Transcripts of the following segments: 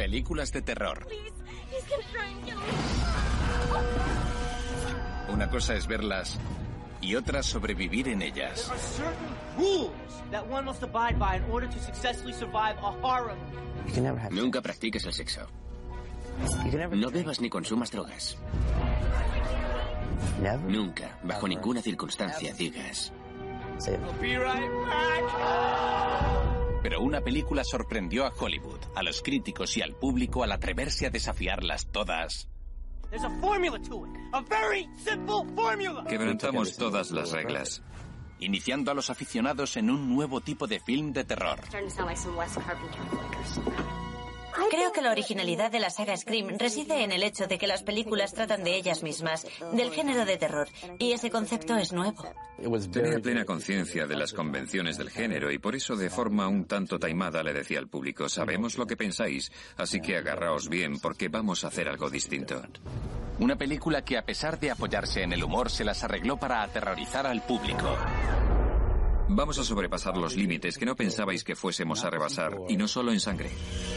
Películas de terror. Una cosa es verlas y otra sobrevivir en ellas. Nunca practiques el sexo. No bebas ni consumas drogas. Nunca, bajo ninguna circunstancia, digas: Pero una película sorprendió a Hollywood, a los críticos y al público al atreverse a desafiarlas todas. Quebrantamos todas las reglas, Iniciando a los aficionados en un nuevo tipo de film de terror. Creo que la originalidad de la saga Scream reside en el hecho de que las películas tratan de ellas mismas, del género de terror, y ese concepto es nuevo. tenía plena conciencia de las convenciones del género y por eso de forma un tanto taimada le decía al público: sabemos lo que pensáis, así que agarraos bien porque vamos a hacer algo distinto. Una película que, a pesar de apoyarse en el humor, se las arregló para aterrorizar al público. Vamos a sobrepasar los límites que no pensabais que fuésemos a rebasar, y no solo en sangre.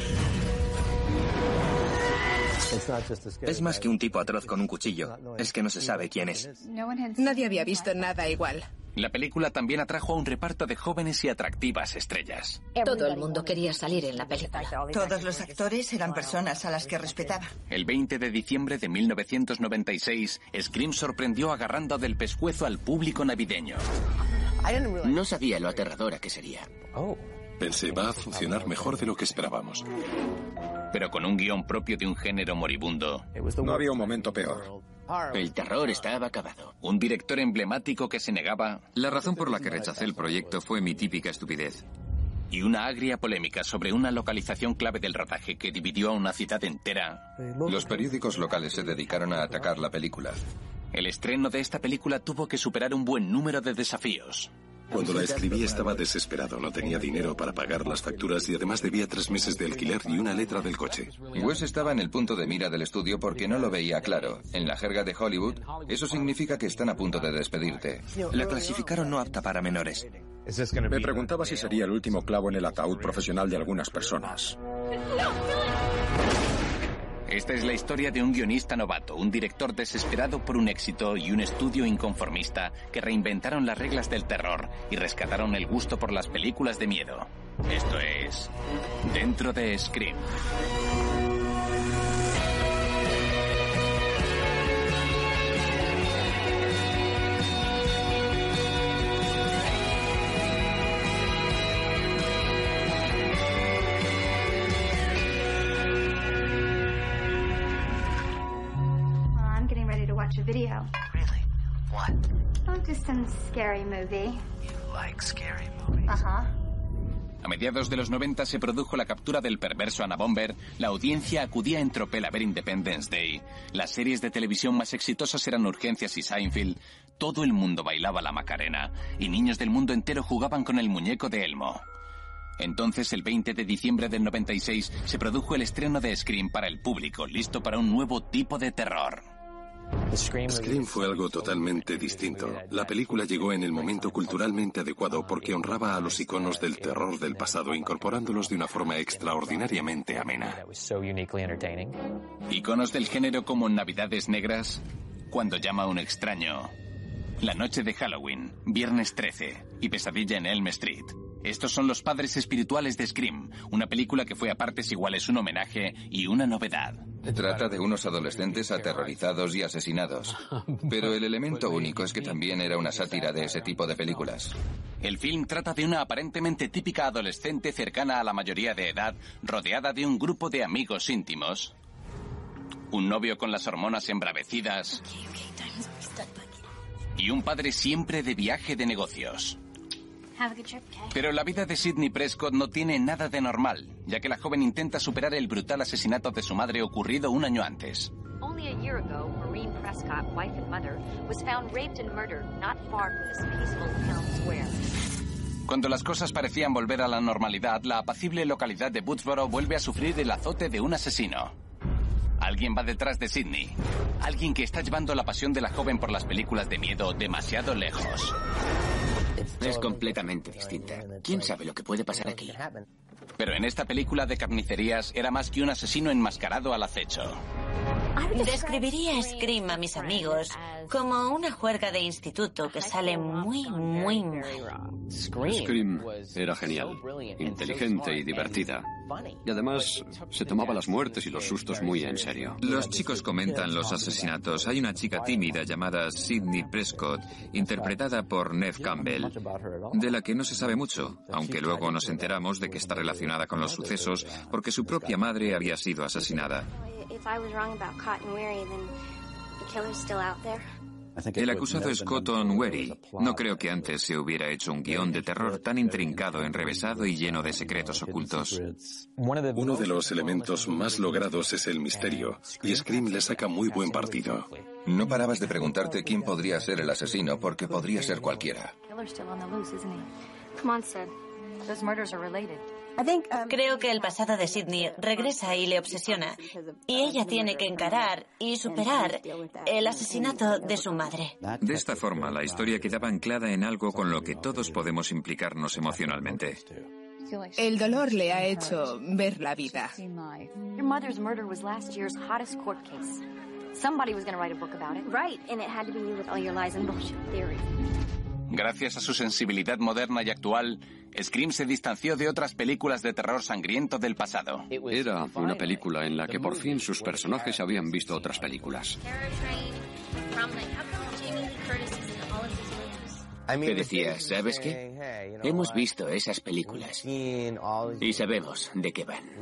Es más que un tipo atroz con un cuchillo. Es que no se sabe quién es. Nadie había visto nada igual. La película también atrajo a un reparto de jóvenes y atractivas estrellas. Todo el mundo quería salir en la película. Todos los actores eran personas a las que respetaba. El 20 de diciembre de 1996, Scream sorprendió agarrando del pescuezo al público navideño. No sabía lo aterradora que sería. Pensé, va a funcionar mejor de lo que esperábamos. Pero con un guión propio de un género moribundo. No había un momento peor. El terror estaba acabado. Un director emblemático que se negaba. La razón por la que rechacé el proyecto fue mi típica estupidez. Y una agria polémica sobre una localización clave del rodaje que dividió a una ciudad entera. Los periódicos locales se dedicaron a atacar la película. El estreno de esta película tuvo que superar un buen número de desafíos. Cuando la escribí estaba desesperado, no tenía dinero para pagar las facturas y además debía 3 meses de alquiler y una letra del coche. Wes estaba en el punto de mira del estudio porque no lo veía claro. En la jerga de Hollywood, eso significa que están a punto de despedirte. La clasificaron no apta para menores. Me preguntaba si sería el último clavo en el ataúd profesional de algunas personas. Esta es la historia de un guionista novato, un director desesperado por un éxito y un estudio inconformista que reinventaron las reglas del terror y rescataron el gusto por las películas de miedo. Esto es Dentro de Scream. A video. Really? What? Oh, just some scary movie. You like scary movies? A mediados de los 90 se produjo la captura del perverso Anna Bomber, la audiencia acudía en tropel a ver Independence Day, las series de televisión más exitosas eran Urgencias y Seinfeld, todo el mundo bailaba la Macarena y niños del mundo entero jugaban con el muñeco de Elmo. Entonces, el 20 de diciembre del 96, se produjo el estreno de Scream para el público, listo para un nuevo tipo de terror. Scream fue algo totalmente distinto. La película llegó en el momento culturalmente adecuado porque honraba a los iconos del terror del pasado, incorporándolos de una forma extraordinariamente amena. Iconos del género como Navidades Negras, Cuando llama a un extraño, La noche de Halloween, Viernes 13 y Pesadilla en Elm Street. Estos son los padres espirituales de Scream, una película que fue a partes iguales un homenaje y una novedad. Trata de unos adolescentes aterrorizados y asesinados. Pero el elemento único es que también era una sátira de ese tipo de películas. El film trata de una aparentemente típica adolescente cercana a la mayoría de edad, rodeada de un grupo de amigos íntimos. Un novio con las hormonas embravecidas. Y un padre siempre de viaje de negocios. Pero la vida de Sidney Prescott no tiene nada de normal, ya que la joven intenta superar el brutal asesinato de su madre ocurrido un año antes. Only a year ago, Maureen Prescott, wife and mother, was found raped and murdered not far from this peaceful town square. Cuando las cosas parecían volver a la normalidad, la apacible localidad de Woodsboro vuelve a sufrir el azote de un asesino. Alguien va detrás de Sidney. Alguien que está llevando la pasión de la joven por las películas de miedo demasiado lejos. Es completamente distinta. ¿Quién sabe lo que puede pasar aquí? Pero en esta película de carnicerías era más que un asesino enmascarado al acecho. Describiría a Scream a mis amigos como una juerga de instituto que sale muy, muy mal. Scream era genial, inteligente y divertida. Y además se tomaba las muertes y los sustos muy en serio. Los chicos comentan los asesinatos. Hay una chica tímida llamada Sidney Prescott, interpretada por Neve Campbell, de la que no se sabe mucho, aunque luego nos enteramos de que está relacionada con los sucesos porque su propia madre había sido asesinada. El acusado es Cotton Weary. No creo que antes se hubiera hecho un guión de terror tan intrincado, enrevesado y lleno de secretos ocultos. Uno de los elementos más logrados es el misterio, y Scream le saca muy buen partido. No parabas de preguntarte quién podría ser el asesino, porque podría ser cualquiera. Creo que el pasado de Sidney regresa y le obsesiona, y ella tiene que encarar y superar el asesinato de su madre. De esta forma, la historia quedaba anclada en algo con lo que todos podemos implicarnos emocionalmente. El dolor le ha hecho ver la vida. Your mother's murder was last year's hottest court case. Somebody was going to write a book about it. Right, and it had to be you with all your lies and bullshit theories. Gracias a su sensibilidad moderna y actual, Scream se distanció de otras películas de terror sangriento del pasado. Era una película en la que por fin sus personajes habían visto otras películas. Que decía, ¿sabes qué? Hemos visto esas películas y sabemos de qué van.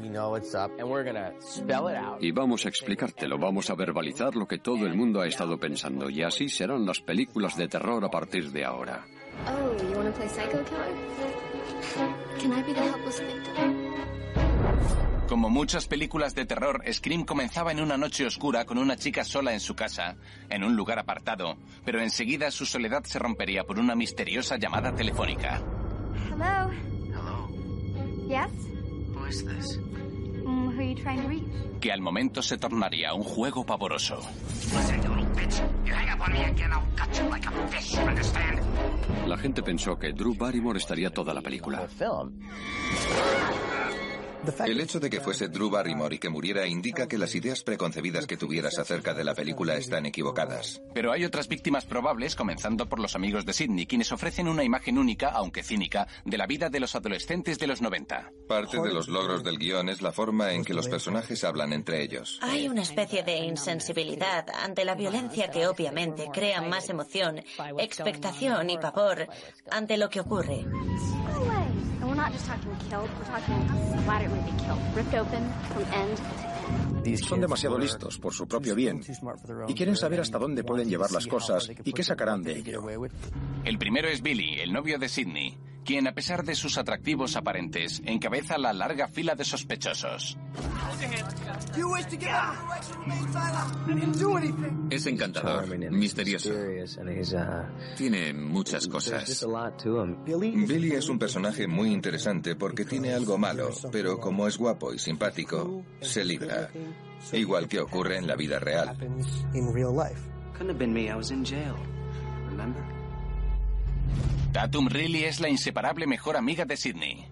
Y vamos a explicártelo, vamos a verbalizar lo que todo el mundo ha estado pensando, y así serán las películas de terror a partir de ahora. Oh, you want to play Psycho Killer? Can I be the helpless victim? Como muchas películas de terror, Scream comenzaba en una noche oscura con una chica sola en su casa, en un lugar apartado, pero enseguida su soledad se rompería por una misteriosa llamada telefónica. Hello? Hello? Yes? Who is this? Who are you trying to reach? Que al momento se tornaría un juego pavoroso. La gente pensó que Drew Barrymore estaría toda la película. El hecho de que fuese Drew Barrymore y que muriera indica que las ideas preconcebidas que tuvieras acerca de la película están equivocadas. Pero hay otras víctimas probables, comenzando por los amigos de Sidney, quienes ofrecen una imagen única, aunque cínica, de la vida de los adolescentes de los 90. Parte de los logros del guión es la forma en que los personajes hablan entre ellos. Hay una especie de insensibilidad ante la violencia que obviamente crea más emoción, expectación y pavor ante lo que ocurre. And we're not just talking killed, we're talking splattered be killed, ripped open from end to end. Son demasiado listos por su propio bien y quieren saber hasta dónde pueden llevar las cosas y qué sacarán de ello. El primero es Billy, el novio de Sidney, quien, a pesar de sus atractivos aparentes, encabeza la larga fila de sospechosos. Es encantador, misterioso. Tiene muchas cosas. Billy es un personaje muy interesante porque tiene algo malo, pero como es guapo y simpático, se libra. Igual que ocurre en la vida real. Tatum Riley es la inseparable mejor amiga de Sidney.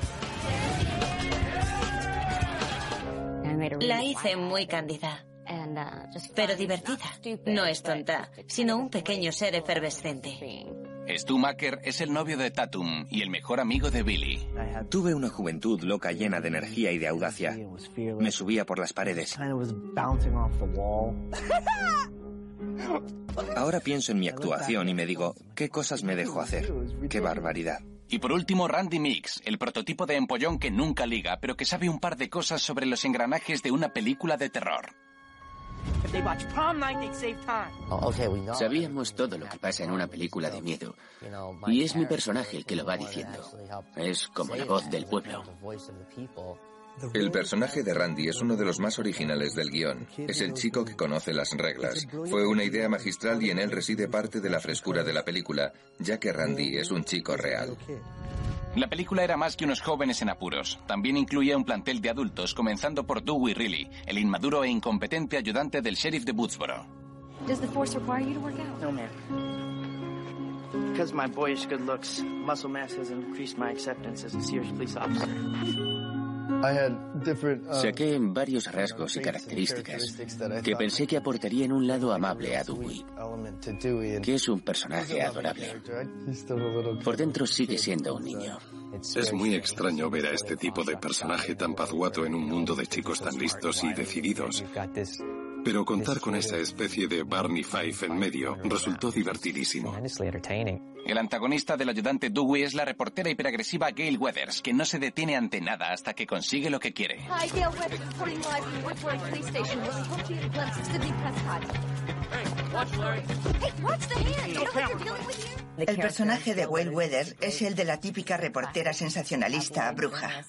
La hice muy cándida, pero divertida. No es tonta, sino un pequeño ser efervescente. Stu Macker es el novio de Tatum y el mejor amigo de Billy. Tuve una juventud loca, llena de energía y de audacia. Me subía por las paredes. Ahora pienso en mi actuación y me digo, ¿qué cosas me dejo hacer? ¡Qué barbaridad! Y por último, Randy Meeks, el prototipo de empollón que nunca liga, pero que sabe un par de cosas sobre los engranajes de una película de terror. Sabíamos todo lo que pasa en una película de miedo, y es mi personaje el que lo va diciendo. Es como la voz del pueblo. El personaje de Randy es uno de los más originales del guión. Es el chico que conoce las reglas. Fue una idea magistral y en él reside parte de la frescura de la película, ya que Randy es un chico real. La película era más que unos jóvenes en apuros. También incluía un plantel de adultos, comenzando por Dewey Riley, el inmaduro e incompetente ayudante del sheriff de Woodsboro. Does the force require you to work out? No, ma'am. Because my boyish good looks, muscle mass has increased my acceptance as a serious police officer. Saqué varios rasgos y características que pensé que aportarían un lado amable a Dewey, que es un personaje adorable. Por dentro sigue siendo un niño. Es muy extraño ver a este tipo de personaje tan pazguato en un mundo de chicos tan listos y decididos. Pero contar con esa especie de Barney Fife en medio resultó divertidísimo. El antagonista del ayudante Dewey es la reportera hiperagresiva Gail Weathers, que no se detiene ante nada hasta que consigue lo que quiere. Hi, Gail Weathers, reporting live from Woodbury Police Station. We're supposed to get a glimpse of Sidney Prescott. Hey, watch Larry. Hey, watch the hand. You know what you're dealing with here? El personaje de Gail Weathers es el de la típica reportera sensacionalista bruja.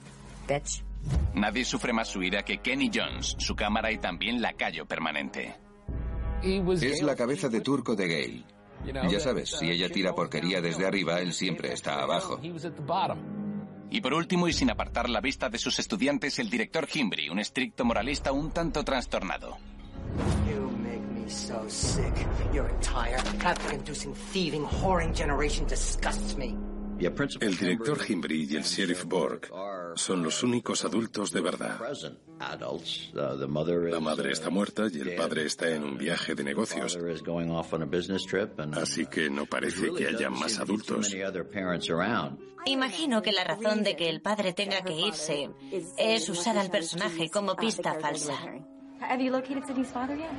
Nadie sufre más su ira que Kenny Jones, su cámara y también lacayo permanente. Es la cabeza de turco de Gail. Ya sabes, si ella tira porquería desde arriba, él siempre está abajo. Y por último, y sin apartar la vista de sus estudiantes, el director Himbry, un estricto moralista un tanto trastornado. You make me so sick. Your entire traffic-inducing, thieving, whoring generation disgusts me. El director Himbry y el sheriff Borg son los únicos adultos de verdad. La madre está muerta y el padre está en un viaje de negocios. Así que no parece que haya más adultos. Imagino que la razón de que el padre tenga que irse es usar al personaje como pista falsa. Have you located Sidney's father yet?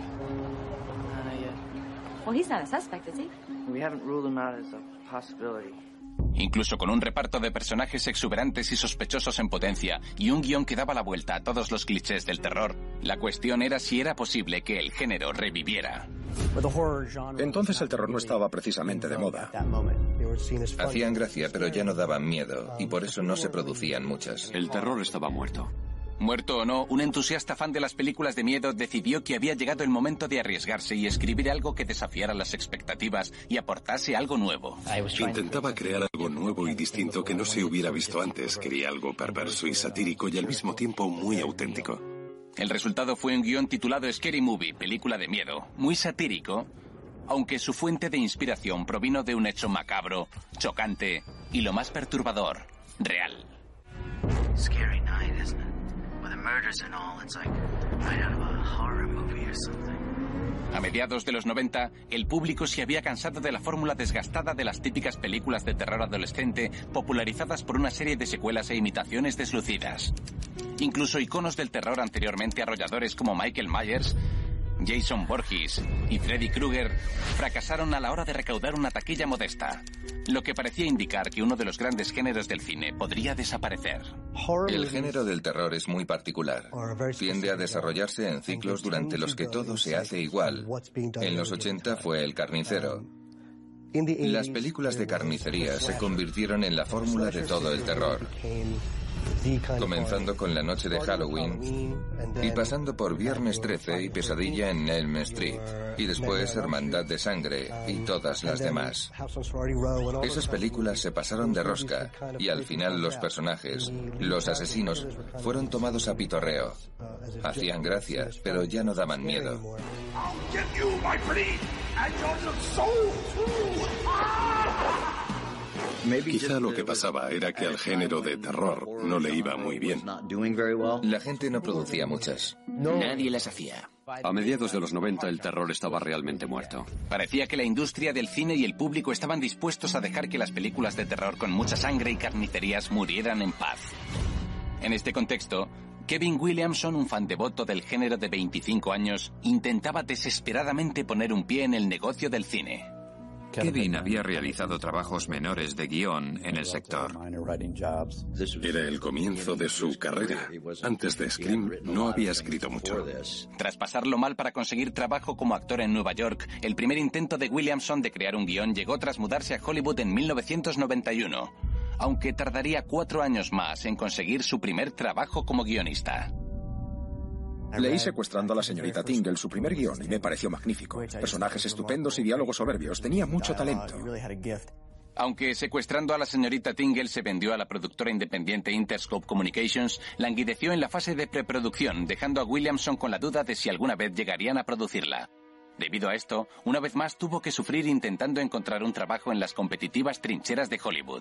Well, he's not a suspect, is he? We haven't ruled him out as a possibility. Incluso con un reparto de personajes exuberantes y sospechosos en potencia y un guión que daba la vuelta a todos los clichés del terror, la cuestión era si era posible que el género reviviera. Entonces el terror no estaba precisamente de moda. Hacían gracia, pero ya no daban miedo, y por eso no se producían muchas. El terror estaba muerto. Muerto o no, un entusiasta fan de las películas de miedo decidió que había llegado el momento de arriesgarse y escribir algo que desafiara las expectativas y aportase algo nuevo. Intentaba crear algo nuevo y distinto que no se hubiera visto antes. Quería algo perverso y satírico y al mismo tiempo muy auténtico. El resultado fue un guión titulado Scary Movie, película de miedo, muy satírico, aunque su fuente de inspiración provino de un hecho macabro, chocante y lo más perturbador, real. Scary night, isn't it? With the murders and all, it's like right out of a horror movie or something. A mediados de los 90, el público se había cansado de la fórmula desgastada de las típicas películas de terror adolescente popularizadas por una serie de secuelas e imitaciones deslucidas. Incluso iconos del terror anteriormente arrolladores como Michael Myers, Jason Voorhees y Freddy Krueger fracasaron a la hora de recaudar una taquilla modesta, lo que parecía indicar que uno de los grandes géneros del cine podría desaparecer. El género del terror es muy particular. Tiende a desarrollarse en ciclos durante los que todo se hace igual. En los 80 fue El Carnicero. Las películas de carnicería se convirtieron en la fórmula de todo el terror, comenzando con La Noche de Halloween y pasando por Viernes 13 y Pesadilla en Elm Street, y después Hermandad de Sangre y todas las demás. Esas películas se pasaron de rosca y al final los personajes, los asesinos, fueron tomados a pitorreo. Hacían gracia, pero ya no daban miedo. Quizá lo que pasaba era que al género de terror no le iba muy bien. La gente no producía muchas. Nadie las hacía. A mediados de los 90 el terror estaba realmente muerto. Parecía que la industria del cine y el público estaban dispuestos a dejar que las películas de terror con mucha sangre y carnicerías murieran en paz. En este contexto, Kevin Williamson, un fan devoto del género de 25 años, intentaba desesperadamente poner un pie en el negocio del cine. Kevin había realizado trabajos menores de guión en el sector. Era el comienzo de su carrera. Antes de Scream no había escrito mucho. Tras pasarlo mal para conseguir trabajo como actor en Nueva York, el primer intento de Williamson de crear un guión llegó tras mudarse a Hollywood en 1991, aunque tardaría 4 años más en conseguir su primer trabajo como guionista. Leí Secuestrando a la señorita Tingle, su primer guión, y me pareció magnífico. Personajes estupendos y diálogos soberbios. Tenía mucho talento. Aunque Secuestrando a la señorita Tingle se vendió a la productora independiente Interscope Communications, languideció en la fase de preproducción, dejando a Williamson con la duda de si alguna vez llegarían a producirla. Debido a esto, una vez más tuvo que sufrir intentando encontrar un trabajo en las competitivas trincheras de Hollywood.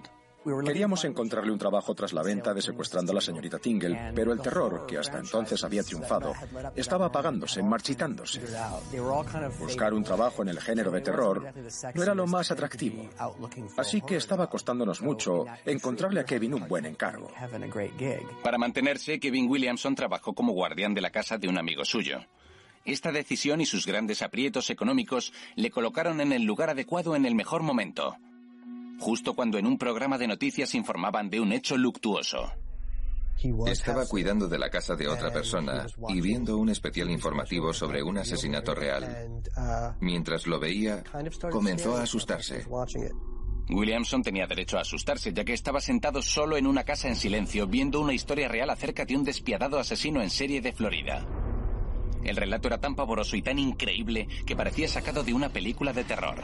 Queríamos encontrarle un trabajo tras la venta de Secuestrando a la señorita Tingle, pero el terror, que hasta entonces había triunfado, estaba apagándose, marchitándose. Buscar un trabajo en el género de terror no era lo más atractivo, así que estaba costándonos mucho encontrarle a Kevin un buen encargo. Para mantenerse, Kevin Williamson trabajó como guardián de la casa de un amigo suyo. Esta decisión y sus grandes aprietos económicos le colocaron en el lugar adecuado en el mejor momento, justo cuando en un programa de noticias informaban de un hecho luctuoso. Estaba cuidando de la casa de otra persona y viendo un especial informativo sobre un asesinato real. Mientras lo veía, comenzó a asustarse. Williamson tenía derecho a asustarse, ya que estaba sentado solo en una casa en silencio, viendo una historia real acerca de un despiadado asesino en serie de Florida. El relato era tan pavoroso y tan increíble que parecía sacado de una película de terror.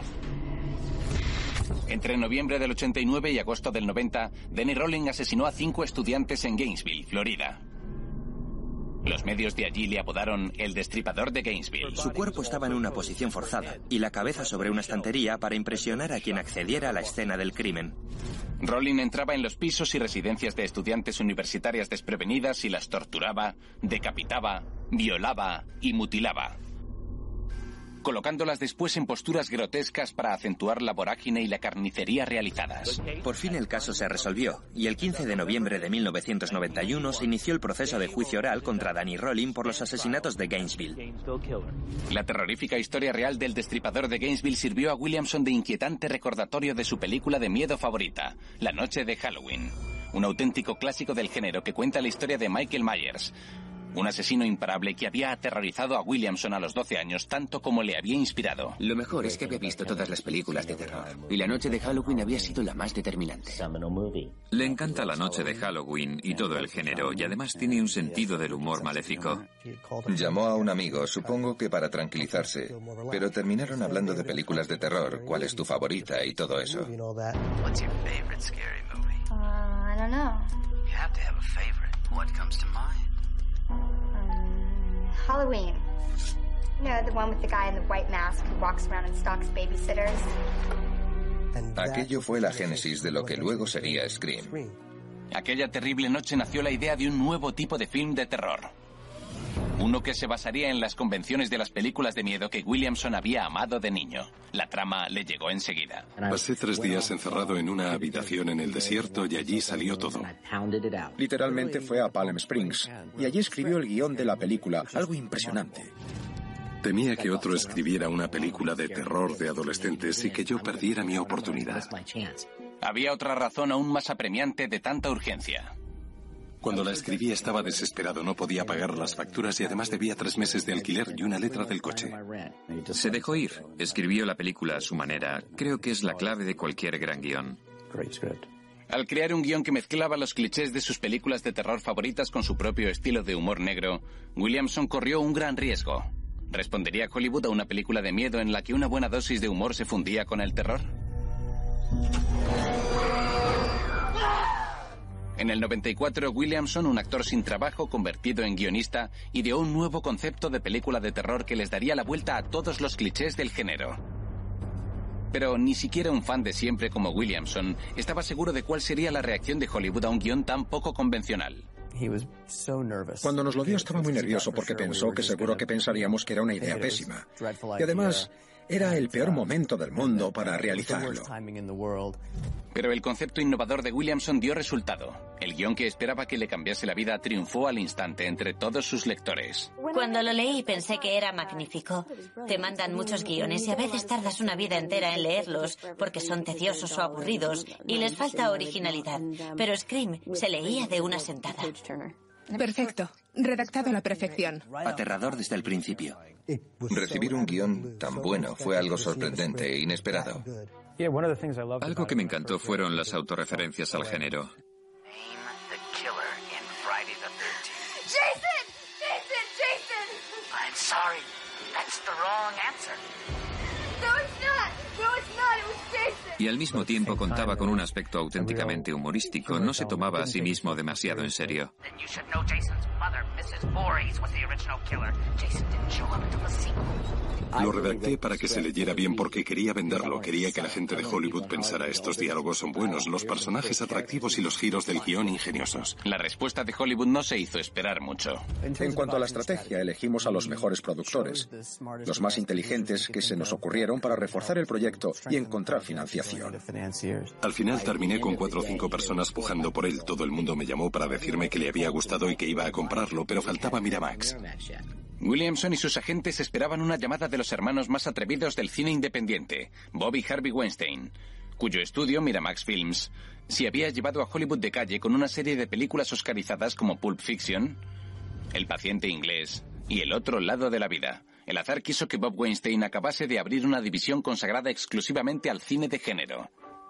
Entre noviembre del 89 y agosto del 90, Danny Rolling asesinó a 5 estudiantes en Gainesville, Florida. Los medios de allí le apodaron el Destripador de Gainesville. Su cuerpo estaba en una posición forzada y la cabeza sobre una estantería para impresionar a quien accediera a la escena del crimen. Rolling entraba en los pisos y residencias de estudiantes universitarias desprevenidas y las torturaba, decapitaba, violaba y mutilaba, colocándolas después en posturas grotescas para acentuar la vorágine y la carnicería realizadas. Por fin el caso se resolvió, y el 15 de noviembre de 1991 se inició el proceso de juicio oral contra Danny Rolling por los asesinatos de Gainesville. La terrorífica historia real del Destripador de Gainesville sirvió a Williamson de inquietante recordatorio de su película de miedo favorita, La Noche de Halloween, un auténtico clásico del género que cuenta la historia de Michael Myers, un asesino imparable que había aterrorizado a Williamson a los 12 años tanto como le había inspirado. Lo mejor es que había visto todas las películas de terror, y La Noche de Halloween había sido la más determinante. Le encanta La Noche de Halloween y todo el género, y además tiene un sentido del humor maléfico. Llamó a un amigo, supongo que para tranquilizarse, pero terminaron hablando de películas de terror, cuál es tu favorita y todo eso. I don't know. You have to have a favorite. What comes to mind? Halloween. You know, the one with the guy in the white mask who walks around and stalks babysitters. Aquello fue la génesis de lo que luego sería Scream. Aquella terrible noche nació la idea de un nuevo tipo de film de terror. Uno que se basaría en las convenciones de las películas de miedo que Williamson había amado de niño. La trama le llegó enseguida. Pasé 3 días encerrado en una habitación en el desierto y allí salió todo. Literalmente fue a Palm Springs y allí escribió el guión de la película, algo impresionante. Temía que otro escribiera una película de terror de adolescentes y que yo perdiera mi oportunidad. Había otra razón aún más apremiante de tanta urgencia. Cuando la escribí estaba desesperado, no podía pagar las facturas y además debía 3 meses de alquiler y una letra del coche. Se dejó ir, escribió la película a su manera. Creo que es la clave de cualquier gran guión. Al crear un guión que mezclaba los clichés de sus películas de terror favoritas con su propio estilo de humor negro, Williamson corrió un gran riesgo. ¿Respondería Hollywood a una película de miedo en la que una buena dosis de humor se fundía con el terror? En el 94, Williamson, un actor sin trabajo convertido en guionista, ideó un nuevo concepto de película de terror que les daría la vuelta a todos los clichés del género. Pero ni siquiera un fan de siempre como Williamson estaba seguro de cuál sería la reacción de Hollywood a un guión tan poco convencional. Cuando nos lo dio estaba muy nervioso porque pensó que seguro que pensaríamos que era una idea pésima. Y además, era el peor momento del mundo para realizarlo. Pero el concepto innovador de Williamson dio resultado. El guión que esperaba que le cambiase la vida triunfó al instante entre todos sus lectores. Cuando lo leí pensé que era magnífico. Te mandan muchos guiones y a veces tardas una vida entera en leerlos porque son tediosos o aburridos y les falta originalidad. Pero Scream se leía de una sentada. Perfecto. Redactado a la perfección. Aterrador desde el principio. Recibir un guión tan bueno fue algo sorprendente e inesperado. Algo que me encantó fueron las autorreferencias al género. Jason! Jason! Jason! I'm sorry. That's the wrong answer. No, it's not. No, it's not. It was Jason. Y al mismo tiempo contaba con un aspecto auténticamente humorístico. No se tomaba a sí mismo demasiado en serio. Then you should know Jason's mother, Mrs. Voorhees, was the original conventional killer. Jason didn't show up until the sequel. Lo redacté para que se leyera bien porque quería venderlo. Quería que la gente de Hollywood pensara: estos diálogos son buenos, los personajes atractivos y los giros del guión ingeniosos. La respuesta de Hollywood no se hizo esperar mucho. En cuanto a la estrategia, elegimos a los mejores productores, los más inteligentes que se nos ocurrieron para reforzar el proyecto y encontrar financiación. Al final terminé con 4 o 5 personas pujando por él. Todo el mundo me llamó para decirme que le había gustado y que iba a comprarlo, pero faltaba Miramax. Williamson y sus agentes esperaban una llamada de los hermanos más atrevidos del cine independiente, Bob y Harvey Weinstein, cuyo estudio, Miramax Films, se había llevado a Hollywood de calle con una serie de películas oscarizadas como Pulp Fiction, El paciente inglés y El otro lado de la vida. El azar quiso que Bob Weinstein acabase de abrir una división consagrada exclusivamente al cine de género.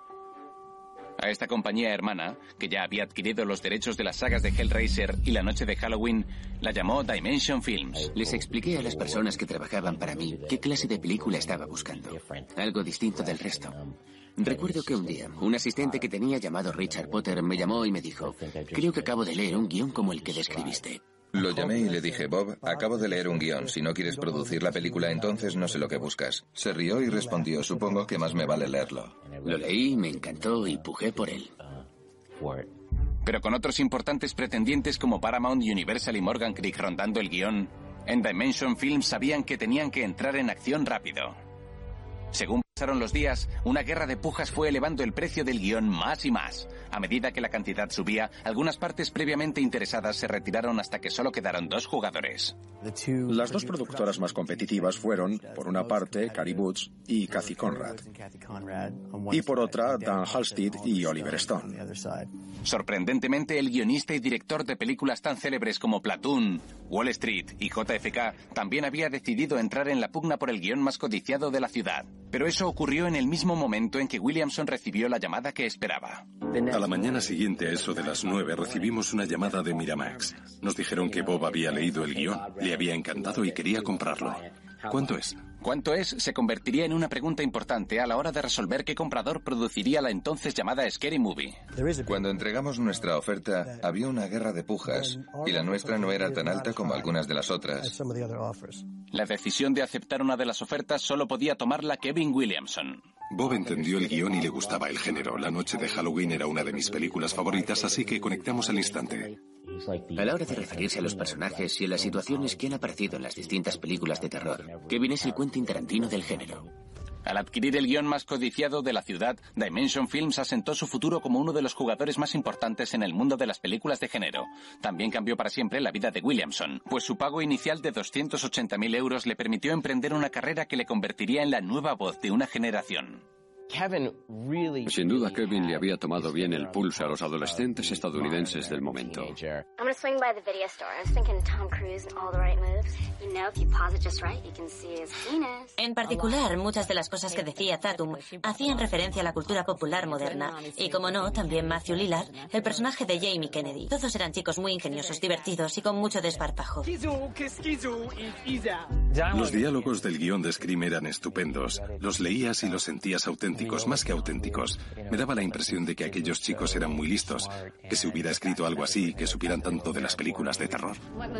A esta compañía hermana, que ya había adquirido los derechos de las sagas de Hellraiser y La noche de Halloween, la llamó Dimension Films. Les expliqué a las personas que trabajaban para mí qué clase de película estaba buscando. Algo distinto del resto. Recuerdo que un día, un asistente que tenía llamado Richard Potter me llamó y me dijo: creo que acabo de leer un guión como el que describiste. Lo llamé y le dije: Bob, acabo de leer un guión. Si no quieres producir la película, entonces no sé lo que buscas. Se rió y respondió: supongo que más me vale leerlo. Lo leí, me encantó y pujé por él. Pero con otros importantes pretendientes como Paramount, Universal y Morgan Creek rondando el guión, en Dimension Films sabían que tenían que entrar en acción rápido. Según pasaron los días, una guerra de pujas fue elevando el precio del guión más y más. A medida que la cantidad subía, algunas partes previamente interesadas se retiraron hasta que solo quedaron 2 jugadores. Las 2 productoras más competitivas fueron, por una parte, Cary Boots y Cathy Conrad, y por otra, Dan Halstead y Oliver Stone. Sorprendentemente, el guionista y director de películas tan célebres como Platoon, Wall Street y JFK también había decidido entrar en la pugna por el guión más codiciado de la ciudad. Pero eso ocurrió en el mismo momento en que Williamson recibió la llamada que esperaba. A la mañana siguiente, a eso de las 9, recibimos una llamada de Miramax. Nos dijeron que Bob había leído el guión, le había encantado y quería comprarlo. ¿Cuánto es? ¿Cuánto es? Se convertiría en una pregunta importante a la hora de resolver qué comprador produciría la entonces llamada Scary Movie. Cuando entregamos nuestra oferta, había una guerra de pujas, y la nuestra no era tan alta como algunas de las otras. La decisión de aceptar una de las ofertas solo podía tomarla Kevin Williamson. Bob entendió el guión y le gustaba el género. La noche de Halloween era una de mis películas favoritas, así que conectamos al instante. A la hora de referirse a los personajes y a las situaciones que han aparecido en las distintas películas de terror, Kevin es el Quentin Tarantino del género. Al adquirir el guión más codiciado de la ciudad, Dimension Films asentó su futuro como uno de los jugadores más importantes en el mundo de las películas de género. También cambió para siempre la vida de Williamson, pues su pago inicial de 280.000 euros le permitió emprender una carrera que le convertiría en la nueva voz de una generación. Sin duda, Kevin le había tomado bien el pulso a los adolescentes estadounidenses del momento. En particular, muchas de las cosas que decía Tatum hacían referencia a la cultura popular moderna. Y como no, también Matthew Lillard, el personaje de Jamie Kennedy. Todos eran chicos muy ingeniosos, divertidos y con mucho desparpajo. Los diálogos del guión de Scream eran estupendos. Los leías y los sentías auténticos, más que auténticos. Me daba la impresión de que aquellos chicos eran muy listos, que se hubiera escrito algo así, que supieran tanto de las películas de terror.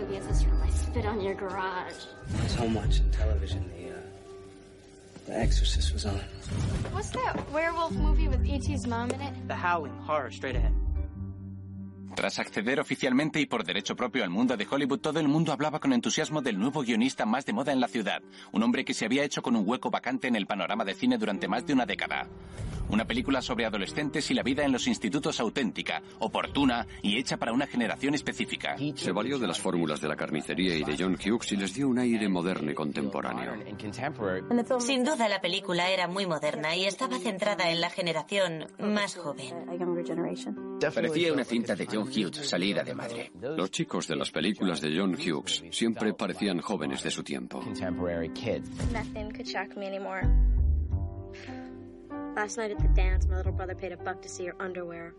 The Exorcist was on. What's that werewolf movie with E.T.'s mom in it? The Howling, horror, straight ahead. Tras acceder oficialmente y por derecho propio al mundo de Hollywood, todo el mundo hablaba con entusiasmo del nuevo guionista más de moda en la ciudad, un hombre que se había hecho con un hueco vacante en el panorama de cine durante más de una década. Una película sobre adolescentes y la vida en los institutos auténtica, oportuna y hecha para una generación específica. Se valió de las fórmulas de La carnicería y de John Hughes y les dio un aire moderno y contemporáneo. Sin duda la película era muy moderna y estaba centrada en la generación más joven. Parecía una cinta de John Hughes salida de madre. Los chicos de las películas de John Hughes siempre parecían jóvenes de su tiempo. Nothing could shock me anymore. Last night at the dance, my little brother paid $1 to see your underwear.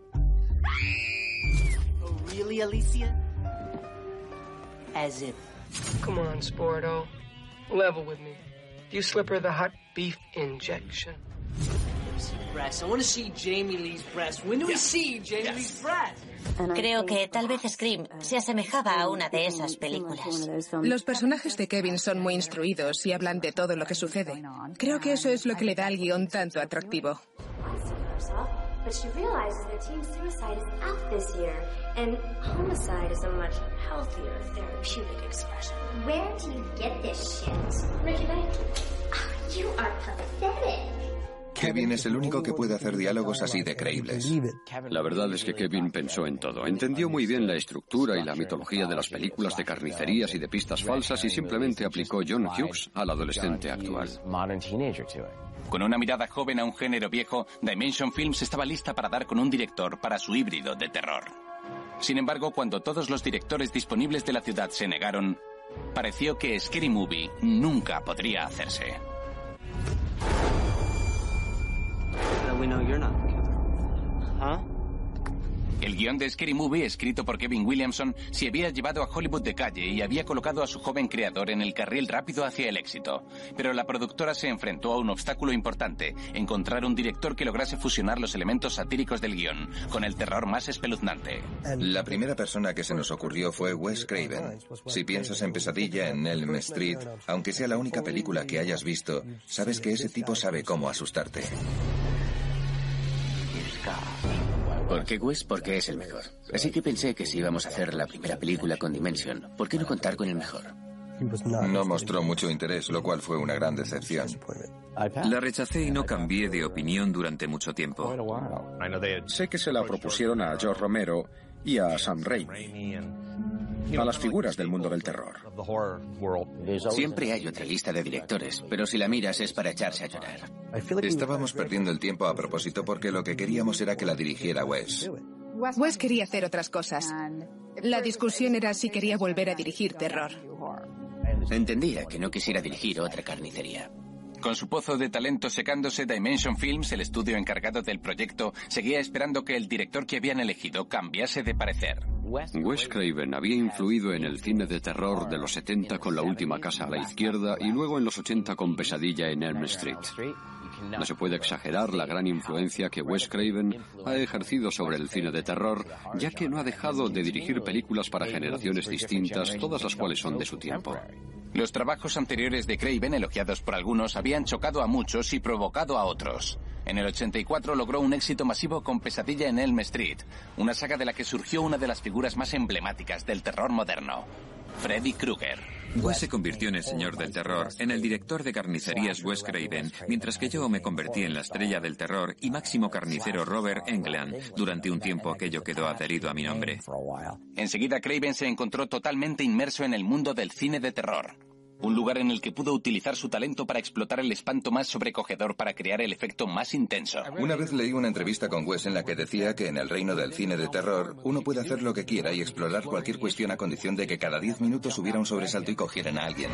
Oh, really, Alicia? As if. Come on, Sporto. Level with me. You slip her the hot beef injection. Breasts. I want to see Jamie Lee's breasts. When do we see Jamie Lee's breasts? Creo que tal vez Scream se asemejaba a una de esas películas. Los personajes de Kevin son muy instruidos y hablan de todo lo que sucede. Creo que eso es lo que le da al guión tanto atractivo. But she realizes that teen suicide is out this year, and homicide is a much healthier therapeutic expression. Where do you get this shit? Ricky Lake. Oh, you are pathetic. Kevin es el único que puede hacer diálogos así de creíbles. La verdad es que Kevin pensó en todo. Entendió muy bien la estructura y la mitología de las películas de carnicerías y de pistas falsas y simplemente aplicó John Hughes al adolescente actual. Con una mirada joven a un género viejo, Dimension Films estaba lista para dar con un director para su híbrido de terror. Sin embargo, cuando todos los directores disponibles de la ciudad se negaron, pareció que Scary Movie nunca podría hacerse. We know you're not the killer. Huh? El guión de Scary Movie, escrito por Kevin Williamson, se había llevado a Hollywood de calle y había colocado a su joven creador en el carril rápido hacia el éxito. Pero la productora se enfrentó a un obstáculo importante: encontrar un director que lograse fusionar los elementos satíricos del guión con el terror más espeluznante. La primera persona que se nos ocurrió fue Wes Craven. Si piensas en Pesadilla en Elm Street, aunque sea la única película que hayas visto, sabes que ese tipo sabe cómo asustarte. ¿Por qué Wes? Porque es el mejor. Así que pensé que si íbamos a hacer la primera película con Dimension, ¿por qué no contar con el mejor? No mostró mucho interés, lo cual fue una gran decepción. La rechacé y no cambié de opinión durante mucho tiempo. Sé que se la propusieron a George Romero y a Sam Raimi, a las figuras del mundo del terror. Siempre hay otra lista de directores, pero si la miras es para echarse a llorar. Estábamos perdiendo el tiempo a propósito porque lo que queríamos era que la dirigiera Wes. Wes quería hacer otras cosas. La discusión era si quería volver a dirigir terror. Entendía que no quisiera dirigir otra carnicería. Con su pozo de talento secándose, Dimension Films, el estudio encargado del proyecto, seguía esperando que el director que habían elegido cambiase de parecer. Wes Craven había influido en el cine de terror de los 70 con La última casa a la izquierda y luego en los 80 con Pesadilla en Elm Street. No se puede exagerar la gran influencia que Wes Craven ha ejercido sobre el cine de terror, ya que no ha dejado de dirigir películas para generaciones distintas, todas las cuales son de su tiempo. Los trabajos anteriores de Craven, elogiados por algunos, habían chocado a muchos y provocado a otros. En el 84 logró un éxito masivo con Pesadilla en Elm Street, una saga de la que surgió una de las figuras más emblemáticas del terror moderno, Freddy Krueger. Wes se convirtió en el señor del terror, en el director de carnicerías Wes Craven, mientras que yo me convertí en la estrella del terror y máximo carnicero Robert Englund. Durante un tiempo aquello quedó adherido a mi nombre. Enseguida Craven se encontró totalmente inmerso en el mundo del cine de terror. Un lugar en el que pudo utilizar su talento para explotar el espanto más sobrecogedor para crear el efecto más intenso. Una vez leí una entrevista con Wes en la que decía que en el reino del cine de terror uno puede hacer lo que quiera y explorar cualquier cuestión a condición de que cada 10 minutos hubiera un sobresalto y cogieran a alguien.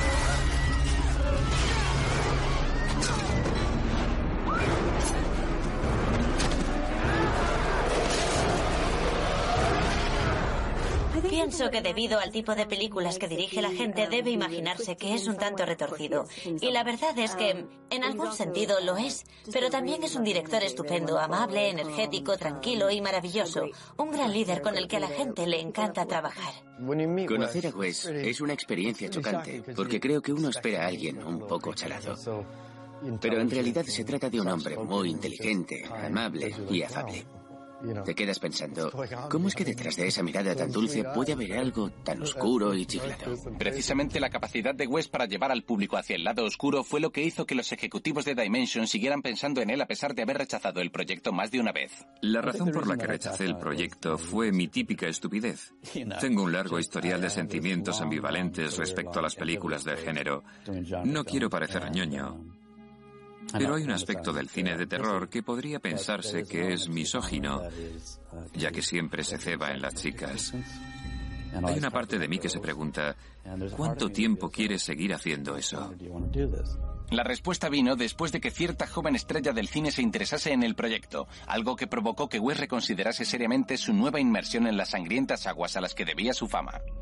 Pienso que debido al tipo de películas que dirige la gente debe imaginarse que es un tanto retorcido. Y la verdad es que, en algún sentido, lo es. Pero también es un director estupendo, amable, energético, tranquilo y maravilloso. Un gran líder con el que a la gente le encanta trabajar. Conocer a Wes es una experiencia chocante, porque creo que uno espera a alguien un poco chalado. Pero en realidad se trata de un hombre muy inteligente, amable y afable. Te quedas pensando, ¿cómo es que detrás de esa mirada tan dulce puede haber algo tan oscuro y chiflado? Precisamente la capacidad de Wes para llevar al público hacia el lado oscuro fue lo que hizo que los ejecutivos de Dimension siguieran pensando en él a pesar de haber rechazado el proyecto más de una vez. La razón por la que rechacé el proyecto fue mi típica estupidez. Tengo un largo historial de sentimientos ambivalentes respecto a las películas del género. No quiero parecer ñoño, pero hay un aspecto del cine de terror que podría pensarse que es misógino, ya que siempre se ceba en las chicas. Hay una parte de mí que se pregunta, ¿cuánto tiempo quieres seguir haciendo eso? La respuesta vino después de que cierta joven estrella del cine se interesase en el proyecto, algo que provocó que Wes reconsiderase seriamente su nueva inmersión en las sangrientas aguas a las que debía su fama.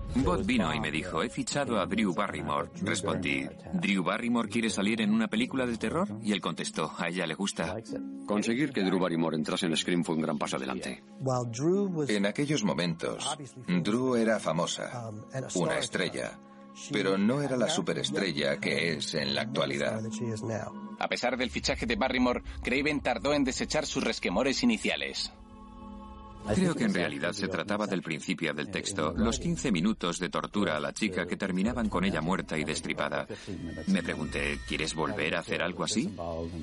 Bot vino y me dijo, he fichado a Drew Barrymore. Respondí, ¿Drew Barrymore quiere salir en una película de terror? Y él contestó, a ella le gusta. Conseguir que Drew Barrymore entrase en Scream fue un gran paso adelante. En aquellos momentos, Drew era famosa, una estrella, pero no era la superestrella que es en la actualidad. A pesar del fichaje de Barrymore, Craven tardó en desechar sus resquemores iniciales. Creo que en realidad se trataba del principio del texto, los 15 minutos de tortura a la chica que terminaban con ella muerta y destripada. Me pregunté, ¿quieres volver a hacer algo así?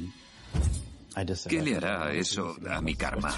¿Qué le hará eso a mi karma?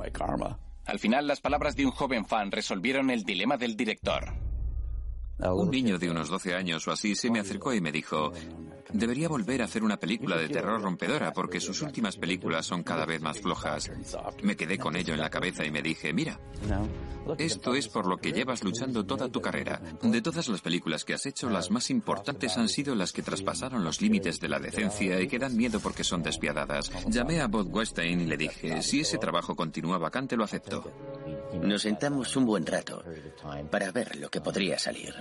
Al final, las palabras de un joven fan resolvieron el dilema del director. Un niño de unos 12 años o así se me acercó y me dijo, debería volver a hacer una película de terror rompedora porque sus últimas películas son cada vez más flojas. Me quedé con ello en la cabeza y me dije, mira, esto es por lo que llevas luchando toda tu carrera. De todas las películas que has hecho, las más importantes han sido las que traspasaron los límites de la decencia y que dan miedo porque son despiadadas. Llamé a Bob Weinstein y le dije, si ese trabajo continúa vacante, lo acepto. Nos sentamos un buen rato para ver lo que podría salir.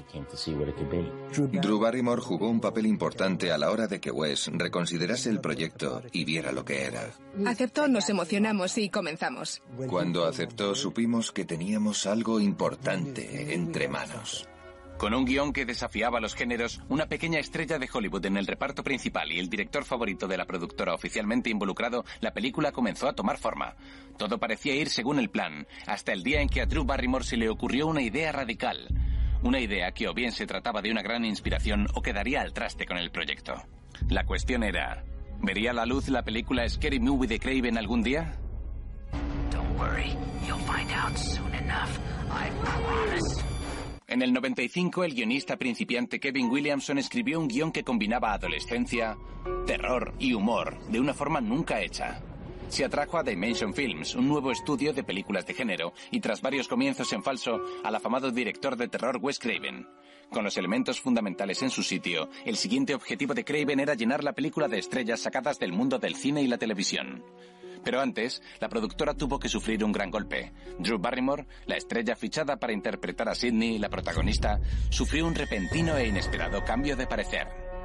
Drew Barrymore jugó un papel importante a la hora de que Wes reconsiderase el proyecto y viera lo que era. Aceptó, nos emocionamos y comenzamos. Cuando aceptó, supimos que teníamos algo importante entre manos. Con un guión que desafiaba los géneros, una pequeña estrella de Hollywood en el reparto principal y el director favorito de la productora oficialmente involucrado, la película comenzó a tomar forma. Todo parecía ir según el plan, hasta el día en que a Drew Barrymore se le ocurrió una idea radical. Una idea que o bien se trataba de una gran inspiración o quedaría al traste con el proyecto. La cuestión era, ¿vería a la luz la película Scary Movie de Craven algún día? Don't worry, you'll find out soon enough, I promise. En el 95, el guionista principiante Kevin Williamson escribió un guión que combinaba adolescencia, terror y humor de una forma nunca hecha. Se atrajo a Dimension Films, un nuevo estudio de películas de género, y tras varios comienzos en falso, al afamado director de terror Wes Craven. Con los elementos fundamentales en su sitio, el siguiente objetivo de Craven era llenar la película de estrellas sacadas del mundo del cine y la televisión. Pero antes, la productora tuvo que sufrir un gran golpe. Drew Barrymore, la estrella fichada para interpretar a Sidney, la protagonista, sufrió un repentino e inesperado cambio de parecer.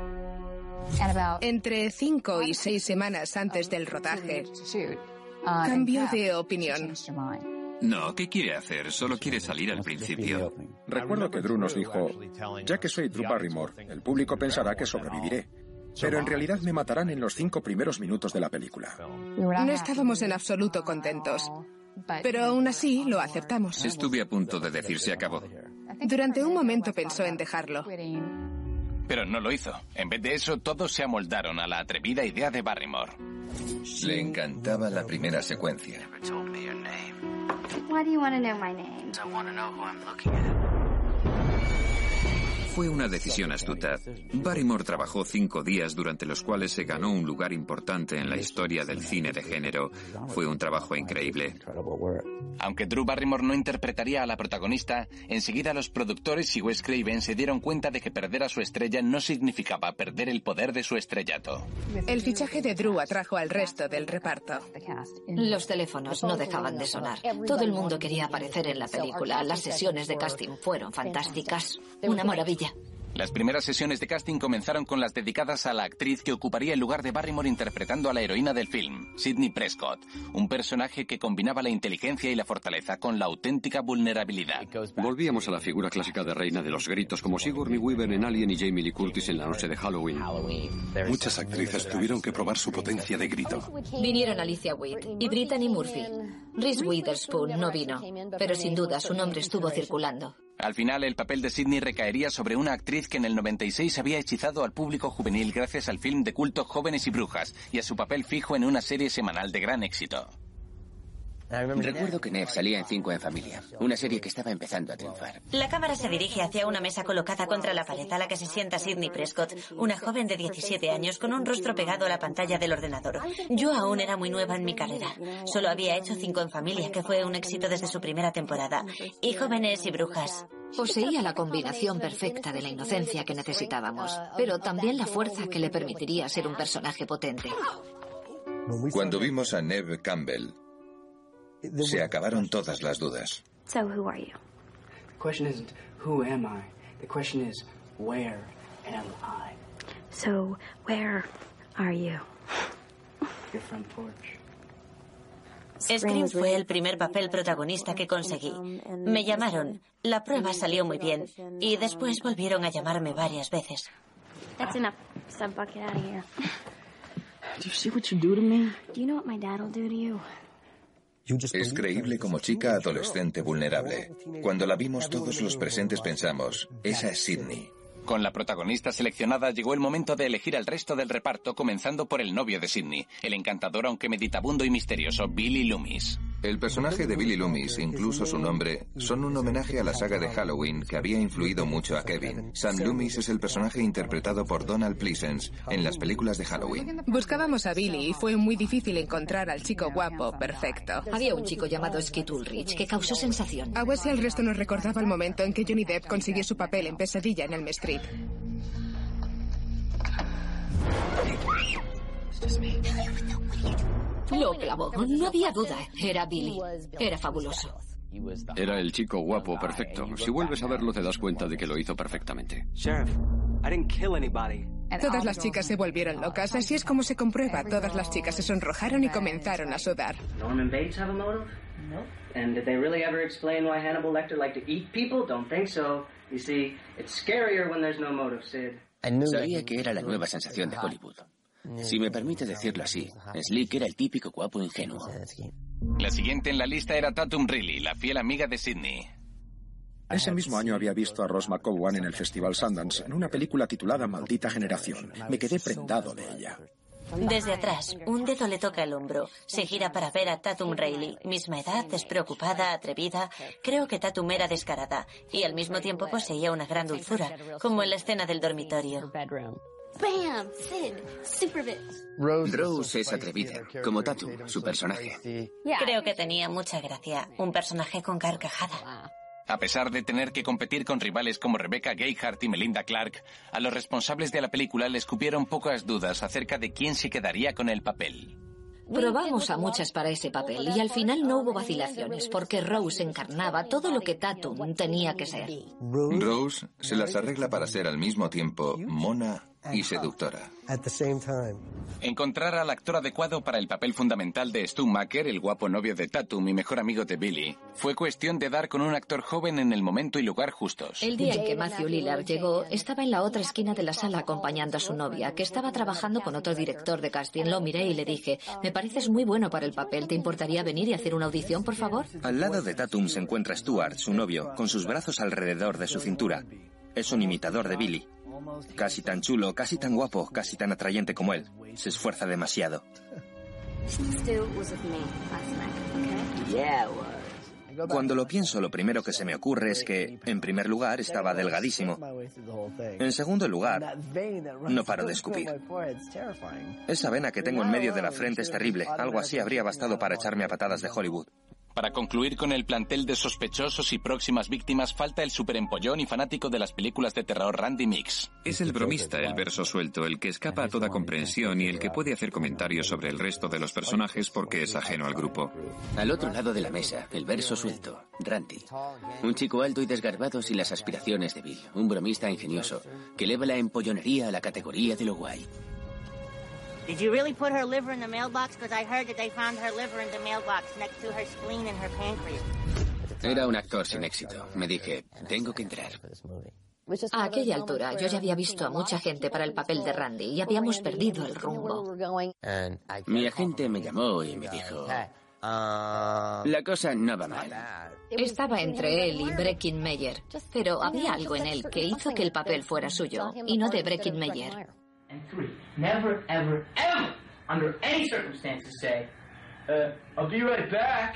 Entre 5 y 6 semanas antes del rodaje, cambió de opinión. No, ¿qué quiere hacer? Solo quiere salir al principio. Recuerdo que Drew nos dijo, ya que soy Drew Barrymore, el público pensará que sobreviviré. Pero en realidad me matarán en los 5 primeros minutos de la película. No estábamos en absoluto contentos, pero aún así lo aceptamos. Estuve a punto de decir se acabó. Durante un momento pensó en dejarlo. Pero no lo hizo. En vez de eso, todos se amoldaron a la atrevida idea de Barrymore. Le encantaba la primera secuencia. Why do you want to know my name? I want to know who I'm looking at. Fue una decisión astuta. Barrymore trabajó 5 días durante los cuales se ganó un lugar importante en la historia del cine de género. Fue un trabajo increíble. Aunque Drew Barrymore no interpretaría a la protagonista, enseguida los productores y Wes Craven se dieron cuenta de que perder a su estrella no significaba perder el poder de su estrellato. El fichaje de Drew atrajo al resto del reparto. Los teléfonos no dejaban de sonar. Todo el mundo quería aparecer en la película. Las sesiones de casting fueron fantásticas. Una maravilla. Las primeras sesiones de casting comenzaron con las dedicadas a la actriz que ocuparía el lugar de Barrymore interpretando a la heroína del film, Sidney Prescott, un personaje que combinaba la inteligencia y la fortaleza con la auténtica vulnerabilidad. Volvíamos a la figura clásica de reina de los gritos, como Sigourney Weaver en Alien y Jamie Lee Curtis en La noche de Halloween. Muchas actrices tuvieron que probar su potencia de grito. Vinieron Alicia Witt y Brittany Murphy. Reese Witherspoon no vino, pero sin duda su nombre estuvo circulando. Al final, el papel de Sidney recaería sobre una actriz que en el 96 había hechizado al público juvenil gracias al film de culto Jóvenes y Brujas y a su papel fijo en una serie semanal de gran éxito. Recuerdo que Neve salía en 5 en Familia, una serie que estaba empezando a triunfar. La cámara se dirige hacia una mesa colocada contra la pared a la que se sienta Sidney Prescott, una joven de 17 años con un rostro pegado a la pantalla del ordenador. Yo aún era muy nueva en mi carrera. Solo había hecho 5 en Familia, que fue un éxito desde su primera temporada, y Jóvenes y Brujas. Poseía la combinación perfecta de la inocencia que necesitábamos, pero también la fuerza que le permitiría ser un personaje potente. Cuando vimos a Neve Campbell, se acabaron todas las dudas. So who are you? The question isn't who am I. The question is where am I? So, where are you? Your front porch. Scream fue el primer papel protagonista que conseguí. Me llamaron, la prueba salió muy bien y después volvieron a llamarme varias veces. That's enough. Stop bucket out of here. Do you see what you do to me? Do you know what my dad will do to you? Es creíble como chica adolescente vulnerable. Cuando la vimos todos los presentes pensamos, esa es Sidney. Con la protagonista seleccionada llegó el momento de elegir al resto del reparto, comenzando por el novio de Sidney, el encantador aunque meditabundo y misterioso Billy Loomis. El personaje de Billy Loomis, incluso su nombre, son un homenaje a la saga de Halloween que había influido mucho a Kevin. Sam Loomis es el personaje interpretado por Donald Pleasence en las películas de Halloween. Buscábamos a Billy y fue muy difícil encontrar al chico guapo perfecto. Había un chico llamado Skeet Ulrich que causó sensación. A Wes y al resto nos recordaba el momento en que Johnny Depp consiguió su papel en Pesadilla en Elm Street. Lo clavó, no había duda. Era Billy. Era fabuloso. Era el chico guapo perfecto. Si vuelves a verlo te das cuenta de que lo hizo perfectamente. Sheriff, I didn't kill anybody. Todas las chicas se volvieron locas, así es como se comprueba. Todas las chicas se sonrojaron y comenzaron a sudar. Norman Bates have a motive? No. And did they really ever explain why Hannibal Lecter liked to eat people? Don't think so. You see, it's scarier when there's no motive, Sid. Sabía que era la nueva sensación de Hollywood. Si me permite decirlo así, Slick era el típico guapo ingenuo. La siguiente en la lista era Tatum Riley, la fiel amiga de Sidney. Ese mismo año había visto a Rose McGowan en el Festival Sundance, en una película titulada Maldita Generación. Me quedé prendado de ella. Desde atrás, un dedo le toca el hombro. Se gira para ver a Tatum Riley. Misma edad, despreocupada, atrevida. Creo que Tatum era descarada y al mismo tiempo poseía una gran dulzura, como en la escena del dormitorio. Bam! Sid! Super bits. Rose es atrevida, como Tatum, su personaje. Creo que tenía mucha gracia. Un personaje con carcajada. A pesar de tener que competir con rivales como Rebecca Gayheart y Melinda Clarke, a los responsables de la película les cupieron pocas dudas acerca de quién se quedaría con el papel. Probamos a muchas para ese papel y al final no hubo vacilaciones porque Rose encarnaba todo lo que Tatum tenía que ser. Rose se las arregla para ser al mismo tiempo mona y seductora. Encontrar al actor adecuado para el papel fundamental de Stu Macher, el guapo novio de Tatum y mejor amigo de Billy, fue cuestión de dar con un actor joven en el momento y lugar justos. El día en que Matthew Lillard llegó, estaba en la otra esquina de la sala acompañando a su novia, que estaba trabajando con otro director de casting. Lo miré y le dije, me pareces muy bueno para el papel, ¿te importaría venir y hacer una audición, por favor? Al lado de Tatum se encuentra Stuart, su novio, con sus brazos alrededor de su cintura. Es un imitador de Billy. Casi tan chulo, casi tan guapo, casi tan atrayente como él. Se esfuerza demasiado. Stu was with me last night, okay? Yeah, Cuando lo pienso, lo primero que se me ocurre es que, en primer lugar, estaba delgadísimo. En segundo lugar, no paro de escupir. Esa vena que tengo en medio de la frente es terrible. Algo así habría bastado para echarme a patadas de Hollywood. Para concluir con el plantel de sospechosos y próximas víctimas, falta el superempollón y fanático de las películas de terror Randy Meeks. Es el bromista, el verso suelto, el que escapa a toda comprensión y el que puede hacer comentarios sobre el resto de los personajes porque es ajeno al grupo. Al otro lado de la mesa, el verso suelto, Randy. Un chico alto y desgarbado sin las aspiraciones de Bill. Un bromista ingenioso que eleva la empollonería a la categoría de lo guay. Did you really put her liver in the mailbox? Because I heard that they found her liver in the mailbox next to her spleen and her pancreas. Era un actor sin éxito. Me dije, tengo que entrar. A aquella altura yo ya había visto a mucha gente para el papel de Randy y habíamos perdido el rumbo. Mi agente me llamó y me dijo, la cosa no va mal. Estaba entre él y Breckin-Meyer, pero había algo en él que hizo que el papel fuera suyo y no de Breckin-Meyer. And 3, never, ever, ever, under any circumstances say, I'll be right back.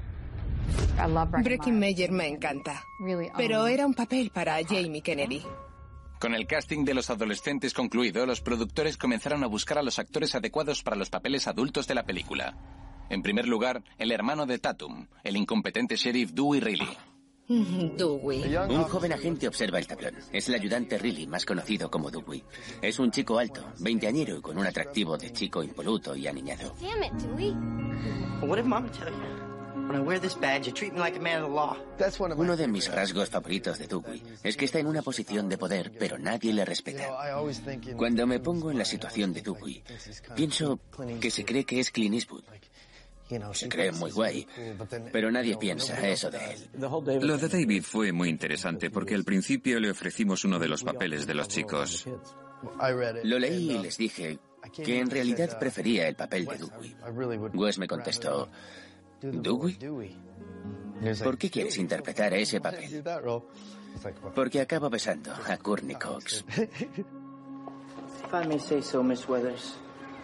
Breckin-Meyer me encanta, pero era un papel para Jamie Kennedy. Con el casting de los adolescentes concluido, los productores comenzaron a buscar a los actores adecuados para los papeles adultos de la película. En primer lugar, el hermano de Tatum, el incompetente sheriff Dewey Riley. Dewey. Un joven agente observa el tablón. Es el ayudante Riley, más conocido como Dewey. Es un chico alto, veinteañero y con un atractivo de chico impoluto y aniñado. Damn it, Dewey. What did Mama tell you? Uno de mis rasgos favoritos de Dewey es que está en una posición de poder, pero nadie le respeta. Cuando me pongo en la situación de Dewey, pienso que se cree que es Clint Eastwood. Se cree muy guay, pero nadie piensa eso de él. Lo de David fue muy interesante porque al principio le ofrecimos uno de los papeles de los chicos. Lo leí y les dije que en realidad prefería el papel de Dewey. Wes me contestó, ¿Dewey? ¿Por qué quieres interpretar ese papel? Porque acabo besando a Courtney Cox. If I may say so, Miss Weathers,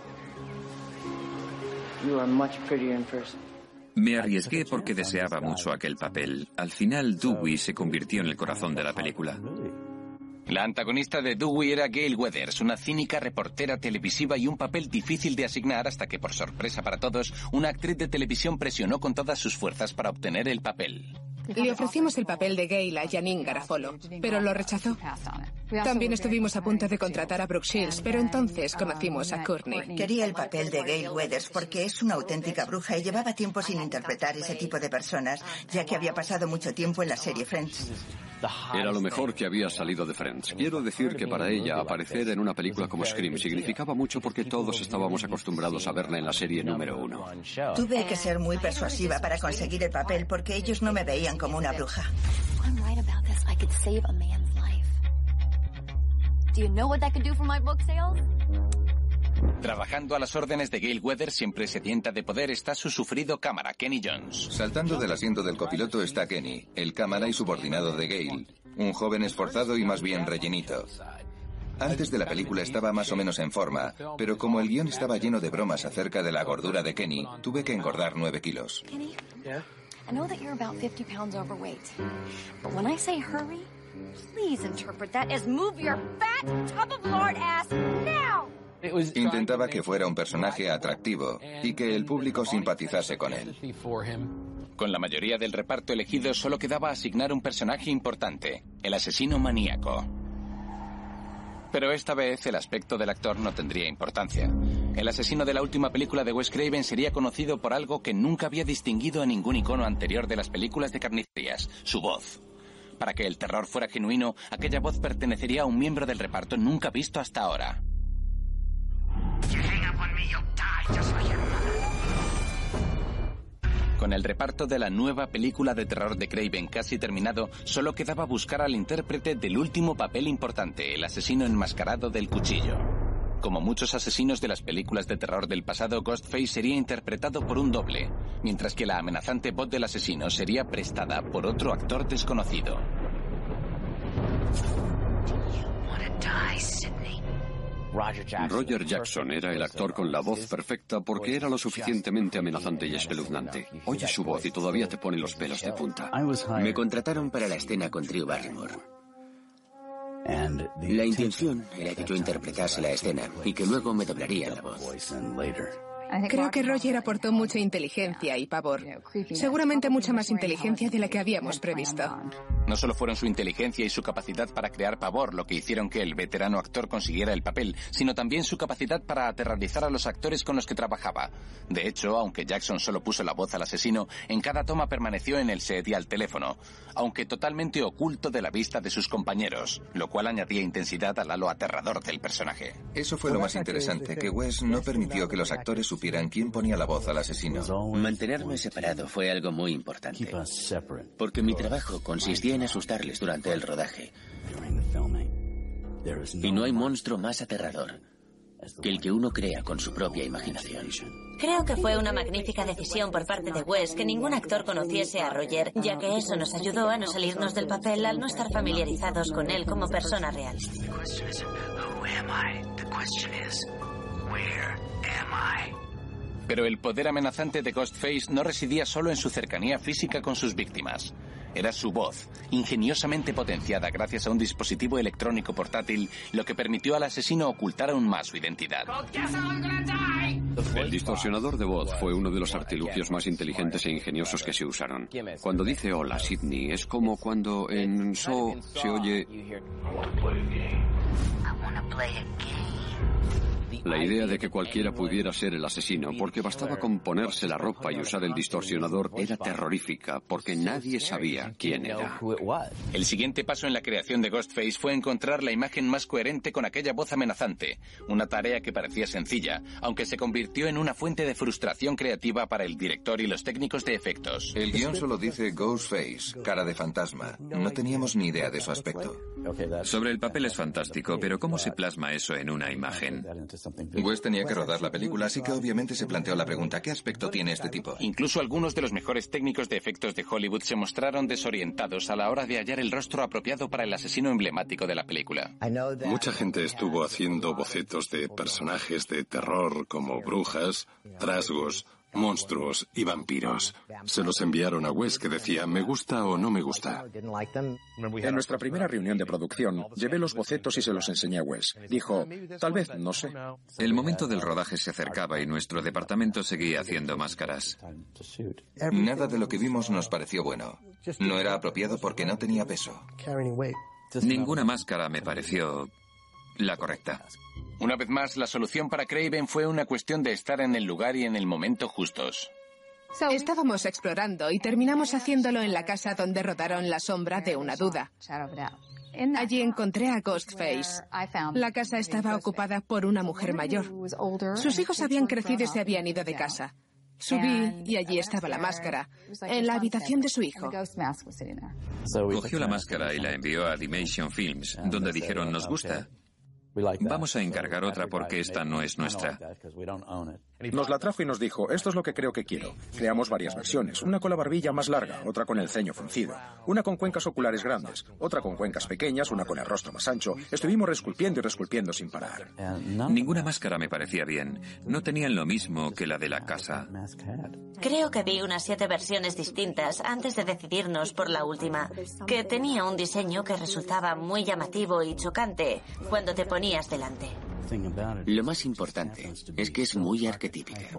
you are much prettier in person. Me arriesgué porque deseaba mucho aquel papel. Al final, Dewey se convirtió en el corazón de la película. La antagonista de Dewey era Gale Weathers, una cínica reportera televisiva y un papel difícil de asignar hasta que, por sorpresa para todos, una actriz de televisión presionó con todas sus fuerzas para obtener el papel. Le ofrecimos el papel de Gale a Janeane Garofalo, pero lo rechazó. También estuvimos a punto de contratar a Brooke Shields, pero entonces conocimos a Courtney. Quería el papel de Gale Weathers porque es una auténtica bruja y llevaba tiempo sin interpretar ese tipo de personas, ya que había pasado mucho tiempo en la serie Friends. Era lo mejor que había salido de Friends. Quiero decir que para ella aparecer en una película como Scream significaba mucho porque todos estábamos acostumbrados a verla en la serie número 1. Tuve que ser muy persuasiva para conseguir el papel porque ellos no me veían como una bruja. Trabajando a las órdenes de Gale Weathers, siempre sedienta de poder, está su sufrido cámara, Kenny Jones. Saltando del asiento del copiloto está Kenny, el cámara y subordinado de Gale, un joven esforzado y más bien rellenito. Antes de la película estaba más o menos en forma, pero como el guión estaba lleno de bromas acerca de la gordura de Kenny, tuve que engordar 9 kilos. Kenny, I know that you're about 50 pounds overweight, but when I say hurry, please interpret that as move your fat tub of lard ass now. Intentaba que fuera un personaje atractivo y que el público simpatizase con él. Con la mayoría del reparto elegido, solo quedaba asignar un personaje importante, el asesino maníaco. Pero esta vez el aspecto del actor no tendría importancia. El asesino de la última película de Wes Craven sería conocido por algo que nunca había distinguido a ningún icono anterior de las películas de carnicerías, su voz. Para que el terror fuera genuino, aquella voz pertenecería a un miembro del reparto nunca visto hasta ahora. Con el reparto de la nueva película de terror de Craven casi terminado, solo quedaba buscar al intérprete del último papel importante, el asesino enmascarado del cuchillo. Como muchos asesinos de las películas de terror del pasado, Ghostface sería interpretado por un doble, mientras que la amenazante voz del asesino sería prestada por otro actor desconocido. Roger Jackson era el actor con la voz perfecta porque era lo suficientemente amenazante y espeluznante. Oyes su voz y todavía te pone los pelos de punta. Me contrataron para la escena con Drew Barrymore. La intención era que yo interpretase la escena y que luego me doblaría la voz. Creo que Roger aportó mucha inteligencia y pavor. Seguramente mucha más inteligencia de la que habíamos previsto. No solo fueron su inteligencia y su capacidad para crear pavor lo que hicieron que el veterano actor consiguiera el papel, sino también su capacidad para aterrorizar a los actores con los que trabajaba. De hecho, aunque Jackson solo puso la voz al asesino, en cada toma permaneció en el set y al teléfono, aunque totalmente oculto de la vista de sus compañeros, lo cual añadía intensidad al halo aterrador del personaje. Eso fue lo más interesante, que Wes no permitió que los actores supieran quién ponía la voz al asesino. Mantenerme separado fue algo muy importante, porque mi trabajo consistía en asustarles durante el rodaje. Y no hay monstruo más aterrador que el que uno crea con su propia imaginación. Creo que fue una magnífica decisión por parte de Wes que ningún actor conociese a Roger, ya que eso nos ayudó a no salirnos del papel al no estar familiarizados con él como persona real. Pero el poder amenazante de Ghostface no residía solo en su cercanía física con sus víctimas. Era su voz, ingeniosamente potenciada gracias a un dispositivo electrónico portátil, lo que permitió al asesino ocultar aún más su identidad. El distorsionador de voz fue uno de los artilugios más inteligentes e ingeniosos que se usaron. Cuando dice hola, Sidney, es como cuando en Saw se oye... La idea de que cualquiera pudiera ser el asesino porque bastaba con ponerse la ropa y usar el distorsionador era terrorífica porque nadie sabía quién era. El siguiente paso en la creación de Ghostface fue encontrar la imagen más coherente con aquella voz amenazante, una tarea que parecía sencilla, aunque se convirtió en una fuente de frustración creativa para el director y los técnicos de efectos. El guión solo dice Ghostface, cara de fantasma. No teníamos ni idea de su aspecto. Sobre el papel es fantástico, pero ¿cómo se plasma eso en una imagen? Wes tenía que rodar la película, así que obviamente se planteó la pregunta, ¿qué aspecto tiene este tipo? Incluso algunos de los mejores técnicos de efectos de Hollywood se mostraron desorientados a la hora de hallar el rostro apropiado para el asesino emblemático de la película. Mucha gente estuvo haciendo bocetos de personajes de terror como brujas, trasgos, monstruos y vampiros. Se los enviaron a Wes, que decía, ¿me gusta o no me gusta? En nuestra primera reunión de producción, llevé los bocetos y se los enseñé a Wes. Dijo, tal vez, no sé. El momento del rodaje se acercaba y nuestro departamento seguía haciendo máscaras. Nada de lo que vimos nos pareció bueno. No era apropiado porque no tenía peso. Ninguna máscara me pareció la correcta. Una vez más, la solución para Craven fue una cuestión de estar en el lugar y en el momento justos. Estábamos explorando y terminamos haciéndolo en la casa donde rodaron La sombra de una duda. Allí encontré a Ghostface. La casa estaba ocupada por una mujer mayor. Sus hijos habían crecido y se habían ido de casa. Subí y allí estaba la máscara, en la habitación de su hijo. Cogió la máscara y la envió a Dimension Films, donde dijeron, ¿nos gusta? Vamos a encargar otra porque esta no es nuestra. Nos la trajo y nos dijo, esto es lo que creo que quiero. Creamos varias versiones, una con la barbilla más larga, otra con el ceño fruncido, una con cuencas oculares grandes, otra con cuencas pequeñas, una con el rostro más ancho. Estuvimos resculpiendo y resculpiendo sin parar. Ninguna máscara me parecía bien. No tenían lo mismo que la de la casa. Creo que vi unas 7 versiones distintas antes de decidirnos por la última, que tenía un diseño que resultaba muy llamativo y chocante cuando te ponías delante. Lo más importante es que es muy arquetípica.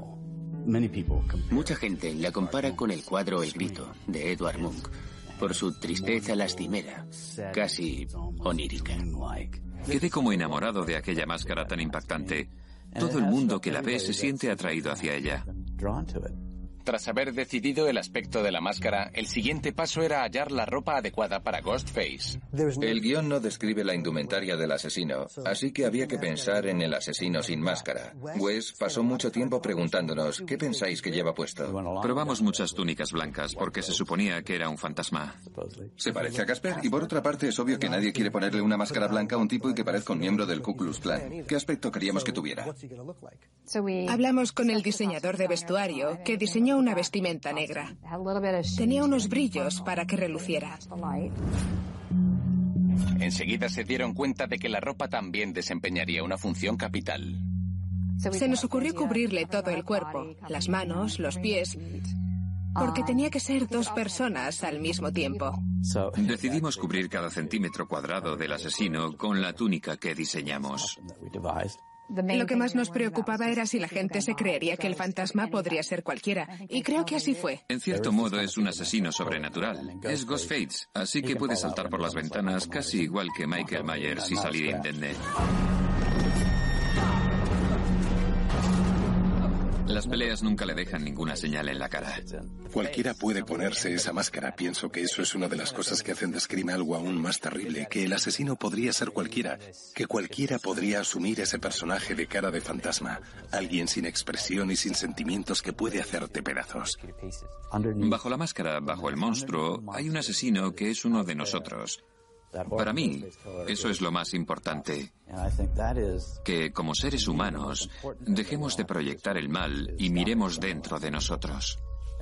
Mucha gente la compara con el cuadro El grito, de Edvard Munch, por su tristeza lastimera, casi onírica. Quedé como enamorado de aquella máscara tan impactante. Todo el mundo que la ve se siente atraído hacia ella. Tras haber decidido el aspecto de la máscara, el siguiente paso era hallar la ropa adecuada para Ghostface. El guión no describe la indumentaria del asesino, así que había que pensar en el asesino sin máscara. Wes pasó mucho tiempo preguntándonos, ¿qué pensáis que lleva puesto? Probamos muchas túnicas blancas porque se suponía que era un fantasma. Se parece a Casper y por otra parte es obvio que nadie quiere ponerle una máscara blanca a un tipo y que parezca un miembro del Ku Klux Klan. ¿Qué aspecto queríamos que tuviera? Hablamos con el diseñador de vestuario, que diseñó una vestimenta negra. Tenía unos brillos para que reluciera. Enseguida se dieron cuenta de que la ropa también desempeñaría una función capital. Se nos ocurrió cubrirle todo el cuerpo, las manos, los pies, porque tenía que ser 2 personas al mismo tiempo. Decidimos cubrir cada centímetro cuadrado del asesino con la túnica que diseñamos. Lo que más nos preocupaba era si la gente se creería que el fantasma podría ser cualquiera, y creo que así fue. En cierto modo es un asesino sobrenatural. Es Ghostface, así que puede saltar por las ventanas casi igual que Michael Myers y salir indemne. Las peleas nunca le dejan ninguna señal en la cara. Cualquiera puede ponerse esa máscara. Pienso que eso es una de las cosas que hacen de Scream algo aún más terrible, que el asesino podría ser cualquiera, que cualquiera podría asumir ese personaje de cara de fantasma, alguien sin expresión y sin sentimientos que puede hacerte pedazos. Bajo la máscara, bajo el monstruo, hay un asesino que es uno de nosotros. Para mí, eso es lo más importante. Que como seres humanos, dejemos de proyectar el mal y miremos dentro de nosotros.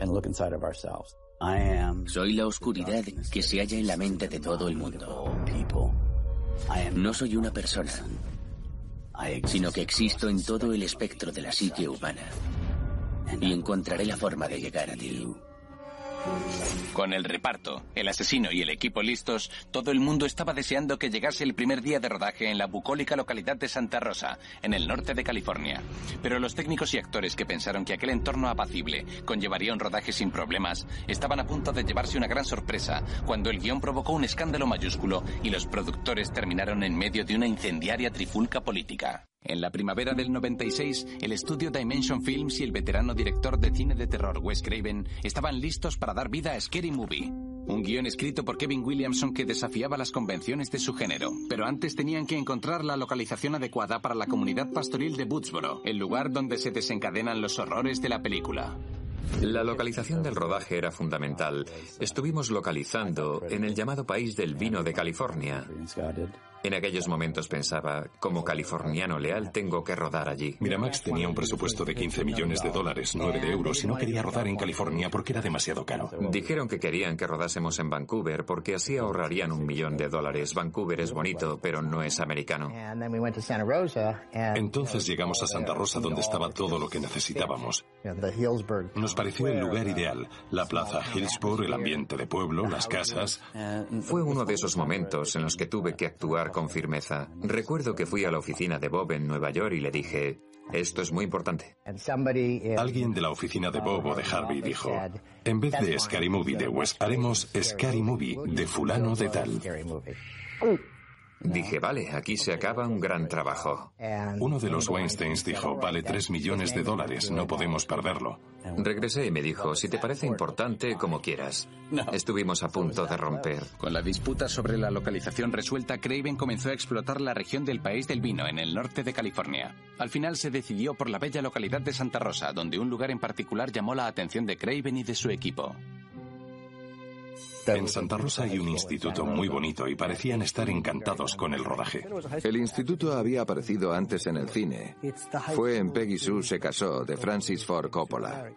Soy la oscuridad que se halla en la mente de todo el mundo. No soy una persona, sino que existo en todo el espectro de la psique humana. Y encontraré la forma de llegar a ti. Con el reparto, el asesino y el equipo listos, todo el mundo estaba deseando que llegase el primer día de rodaje en la bucólica localidad de Santa Rosa, en el norte de California. Pero los técnicos y actores que pensaron que aquel entorno apacible conllevaría un rodaje sin problemas, estaban a punto de llevarse una gran sorpresa cuando el guión provocó un escándalo mayúsculo y los productores terminaron en medio de una incendiaria trifulca política. En la primavera del 96, el estudio Dimension Films y el veterano director de cine de terror Wes Craven estaban listos para dar vida a Scary Movie, un guión escrito por Kevin Williamson que desafiaba las convenciones de su género. Pero antes tenían que encontrar la localización adecuada para la comunidad pastoril de Woodsboro, el lugar donde se desencadenan los horrores de la película. La localización del rodaje era fundamental. Estuvimos localizando en el llamado país del vino de California. En aquellos momentos pensaba, como californiano leal, tengo que rodar allí. Miramax tenía un presupuesto de $15 millones, 9 de euros, y no quería rodar en California porque era demasiado caro. Dijeron que querían que rodásemos en Vancouver porque así ahorrarían $1 millón. Vancouver es bonito, pero no es americano. Entonces llegamos a Santa Rosa, donde estaba todo lo que necesitábamos. Nos pareció el lugar ideal. La plaza Hillsborough, el ambiente de pueblo, las casas. Fue uno de esos momentos en los que tuve que actuar con firmeza. Recuerdo que fui a la oficina de Bob en Nueva York y le dije, esto es muy importante. Alguien de la oficina de Bob o de Harvey dijo, en vez de Scary Movie de Wes, haremos Scary Movie de fulano de tal. Dije, vale, aquí se acaba un gran trabajo. Uno de los Weinsteins dijo, vale $3 millones, no podemos perderlo. Regresé y me dijo, si te parece importante, como quieras. Estuvimos a punto de romper. Con la disputa sobre la localización resuelta, Craven comenzó a explotar la región del País del Vino, en el norte de California. Al final se decidió por la bella localidad de Santa Rosa, donde un lugar en particular llamó la atención de Craven y de su equipo. En Santa Rosa hay un instituto muy bonito y parecían estar encantados con el rodaje. El instituto había aparecido antes en el cine. Fue en Peggy Sue se casó, de Francis Ford Coppola.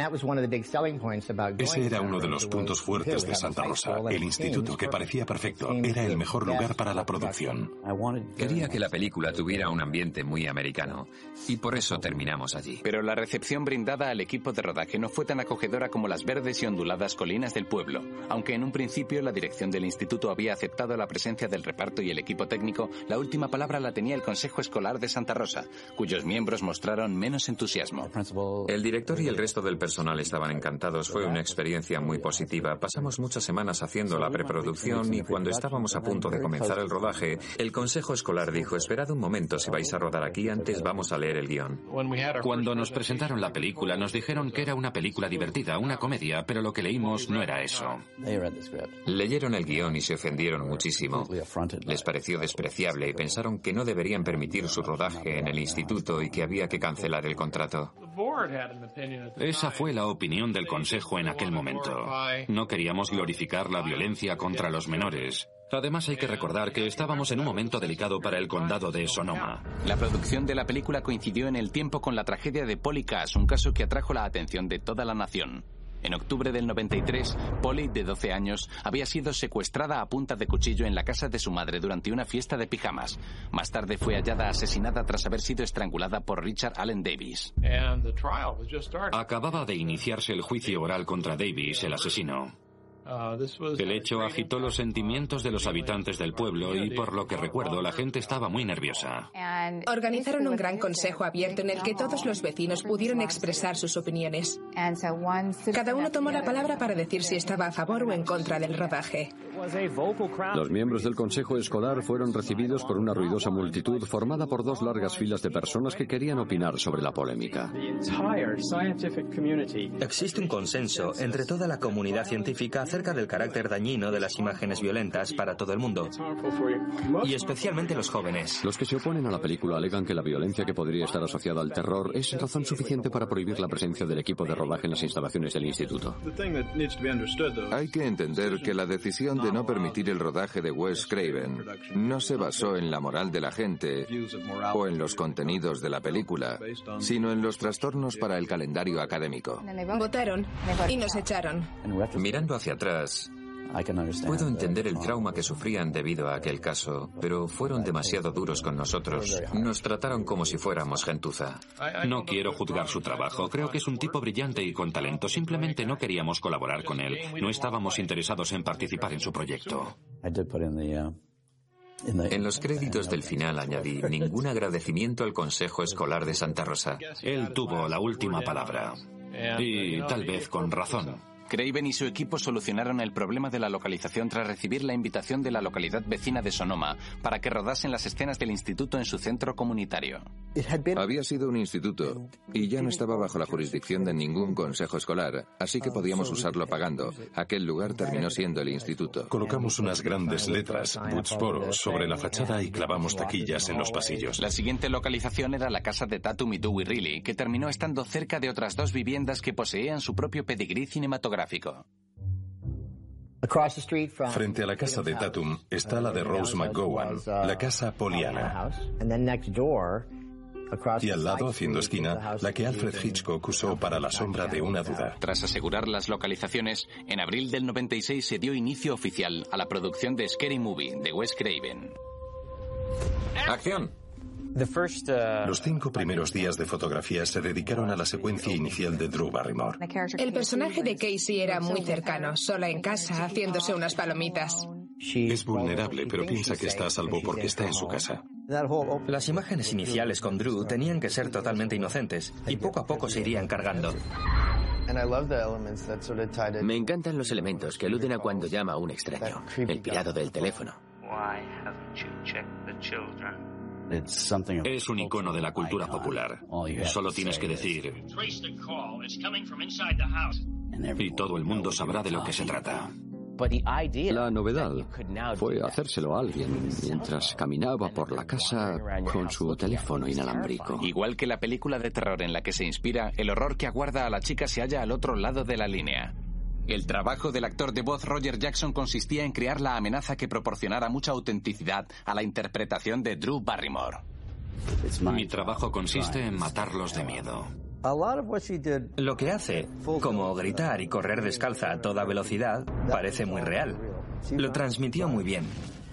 Ese era uno de los puntos fuertes de Santa Rosa. El instituto, que parecía perfecto, era el mejor lugar para la producción. Quería que la película tuviera un ambiente muy americano, y por eso terminamos allí. Pero la recepción brindada al equipo de rodaje no fue tan acogedora como las verdes y onduladas colinas del pueblo. Aunque en un principio la dirección del instituto había aceptado la presencia del reparto y el equipo técnico, la última palabra la tenía el Consejo Escolar de Santa Rosa, cuyos miembros mostraron menos entusiasmo. El director y el resto del personal estaban encantados. Fue una experiencia muy positiva. Pasamos muchas semanas haciendo la preproducción y cuando estábamos a punto de comenzar el rodaje, el consejo escolar dijo, esperad un momento, si vais a rodar aquí, antes vamos a leer el guión. Cuando nos presentaron la película, nos dijeron que era una película divertida, una comedia, pero lo que leímos no era eso. Leyeron el guión y se ofendieron muchísimo. Les pareció despreciable y pensaron que no deberían permitir su rodaje en el instituto y que había que cancelar el contrato. Esa fue la opinión del Consejo en aquel momento. No queríamos glorificar la violencia contra los menores. Además, hay que recordar que estábamos en un momento delicado para el condado de Sonoma. La producción de la película coincidió en el tiempo con la tragedia de Polly Cash, un caso que atrajo la atención de toda la nación. En octubre del 93, Polly, de 12 años, había sido secuestrada a punta de cuchillo en la casa de su madre durante una fiesta de pijamas. Más tarde fue hallada asesinada tras haber sido estrangulada por Richard Allen Davis. Acababa de iniciarse el juicio oral contra Davis, el asesino. El hecho agitó los sentimientos de los habitantes del pueblo y, por lo que recuerdo, la gente estaba muy nerviosa. Organizaron un gran consejo abierto en el que todos los vecinos pudieron expresar sus opiniones. Cada uno tomó la palabra para decir si estaba a favor o en contra del rodaje. Los miembros del consejo escolar fueron recibidos por una ruidosa multitud formada por dos largas filas de personas que querían opinar sobre la polémica. Existe un consenso entre toda la comunidad científica acerca del carácter dañino de las imágenes violentas para todo el mundo, y especialmente los jóvenes. Los que se oponen a la película alegan que la violencia que podría estar asociada al terror es razón suficiente para prohibir la presencia del equipo de rodaje en las instalaciones del instituto. Hay que entender que la decisión de no permitir el rodaje de Wes Craven no se basó en la moral de la gente o en los contenidos de la película, sino en los trastornos para el calendario académico. Votaron y nos echaron. Mirando hacia atrás, puedo entender el trauma que sufrían debido a aquel caso, pero fueron demasiado duros con nosotros. Nos trataron como si fuéramos gentuza. No quiero juzgar su trabajo. Creo que es un tipo brillante y con talento. Simplemente no queríamos colaborar con él. No estábamos interesados en participar en su proyecto. En los créditos del final añadí ningún agradecimiento al Consejo Escolar de Santa Rosa. Él tuvo la última palabra. Y tal vez con razón. Craven y su equipo solucionaron el problema de la localización tras recibir la invitación de la localidad vecina de Sonoma para que rodasen las escenas del instituto en su centro comunitario. Había sido un instituto y ya no estaba bajo la jurisdicción de ningún consejo escolar, así que podíamos usarlo pagando. Aquel lugar terminó siendo el instituto. Colocamos unas grandes letras, Woodsboro, sobre la fachada y clavamos taquillas en los pasillos. La siguiente localización era la casa de Tatum y Dewey Riley, que terminó estando cerca de otras dos viviendas que poseían su propio pedigrí cinematográfico. Frente a la casa de Tatum está la de Rose McGowan, la casa Pollyanna. Y al lado, haciendo esquina, la que Alfred Hitchcock usó para La sombra de una duda. Tras asegurar las localizaciones, en abril del 96 se dio inicio oficial a la producción de Scary Movie de Wes Craven. ¡Acción! Los 5 primeros días de fotografía se dedicaron a la secuencia inicial de Drew Barrymore. El personaje de Casey era muy cercano, sola en casa, haciéndose unas palomitas. Es vulnerable, pero piensa que está a salvo porque está en su casa. Las imágenes iniciales con Drew tenían que ser totalmente inocentes y poco a poco se irían cargando. Me encantan los elementos que aluden a cuando llama a un extraño. El pirado del teléfono. Es un icono de la cultura popular. Solo tienes que decir y todo el mundo sabrá de lo que se trata. La novedad fue hacérselo a alguien mientras caminaba por la casa con su teléfono inalámbrico. Igual que la película de terror en la que se inspira, el horror que aguarda a la chica se halla al otro lado de la línea. El trabajo del actor de voz Roger Jackson consistía en crear la amenaza que proporcionara mucha autenticidad a la interpretación de Drew Barrymore. Mi trabajo consiste en matarlos de miedo. Lo que hace, como gritar y correr descalza a toda velocidad, parece muy real. Lo transmitió muy bien.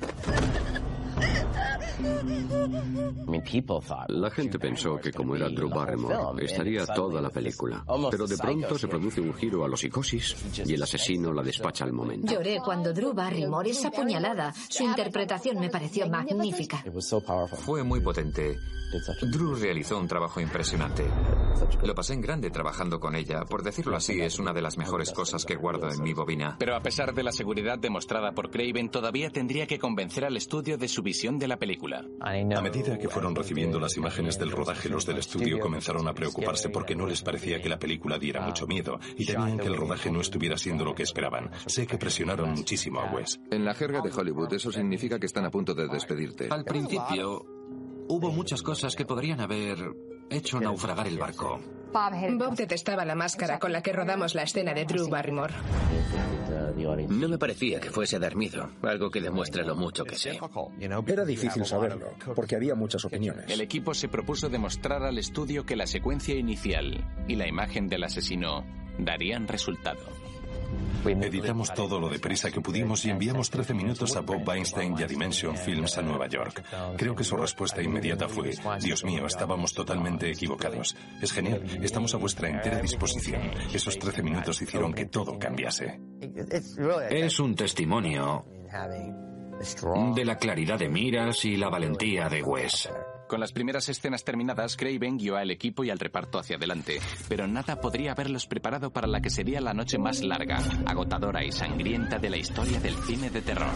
La gente pensó que como era Drew Barrymore, estaría toda la película. Pero de pronto se produce un giro a la psicosis y el asesino la despacha al momento. Lloré cuando Drew Barrymore es apuñalada. Su interpretación me pareció magnífica. Fue muy potente. Drew realizó un trabajo impresionante. Lo pasé en grande trabajando con ella. Por decirlo así, es una de las mejores cosas que guardo en mi bobina. Pero a pesar de la seguridad demostrada por Craven, todavía tendría que convencer al estudio de su visión de la película. A medida que fueron recibiendo las imágenes del rodaje, los del estudio comenzaron a preocuparse porque no les parecía que la película diera mucho miedo y temían que el rodaje no estuviera siendo lo que esperaban. Sé que presionaron muchísimo a Wes. En la jerga de Hollywood, eso significa que están a punto de despedirte. Al principio, hubo muchas cosas que podrían haber hecho naufragar el barco. Bob detestaba la máscara con la que rodamos la escena de Drew Barrymore. No me parecía que fuese a dar miedo, algo que demuestra lo mucho que sé. Era difícil saberlo, porque había muchas opiniones. El equipo se propuso demostrar al estudio que la secuencia inicial y la imagen del asesino darían resultado. Editamos todo lo deprisa que pudimos y enviamos 13 minutos a Bob Weinstein y a Dimension Films a Nueva York. Creo que su respuesta inmediata fue: Dios mío, estábamos totalmente equivocados. Es genial, estamos a vuestra entera disposición. Esos 13 minutos hicieron que todo cambiase. Es un testimonio de la claridad de miras y la valentía de Wes. Con las primeras escenas terminadas, Craven guió al equipo y al reparto hacia adelante, pero nada podría haberlos preparado para la que sería la noche más larga, agotadora y sangrienta de la historia del cine de terror.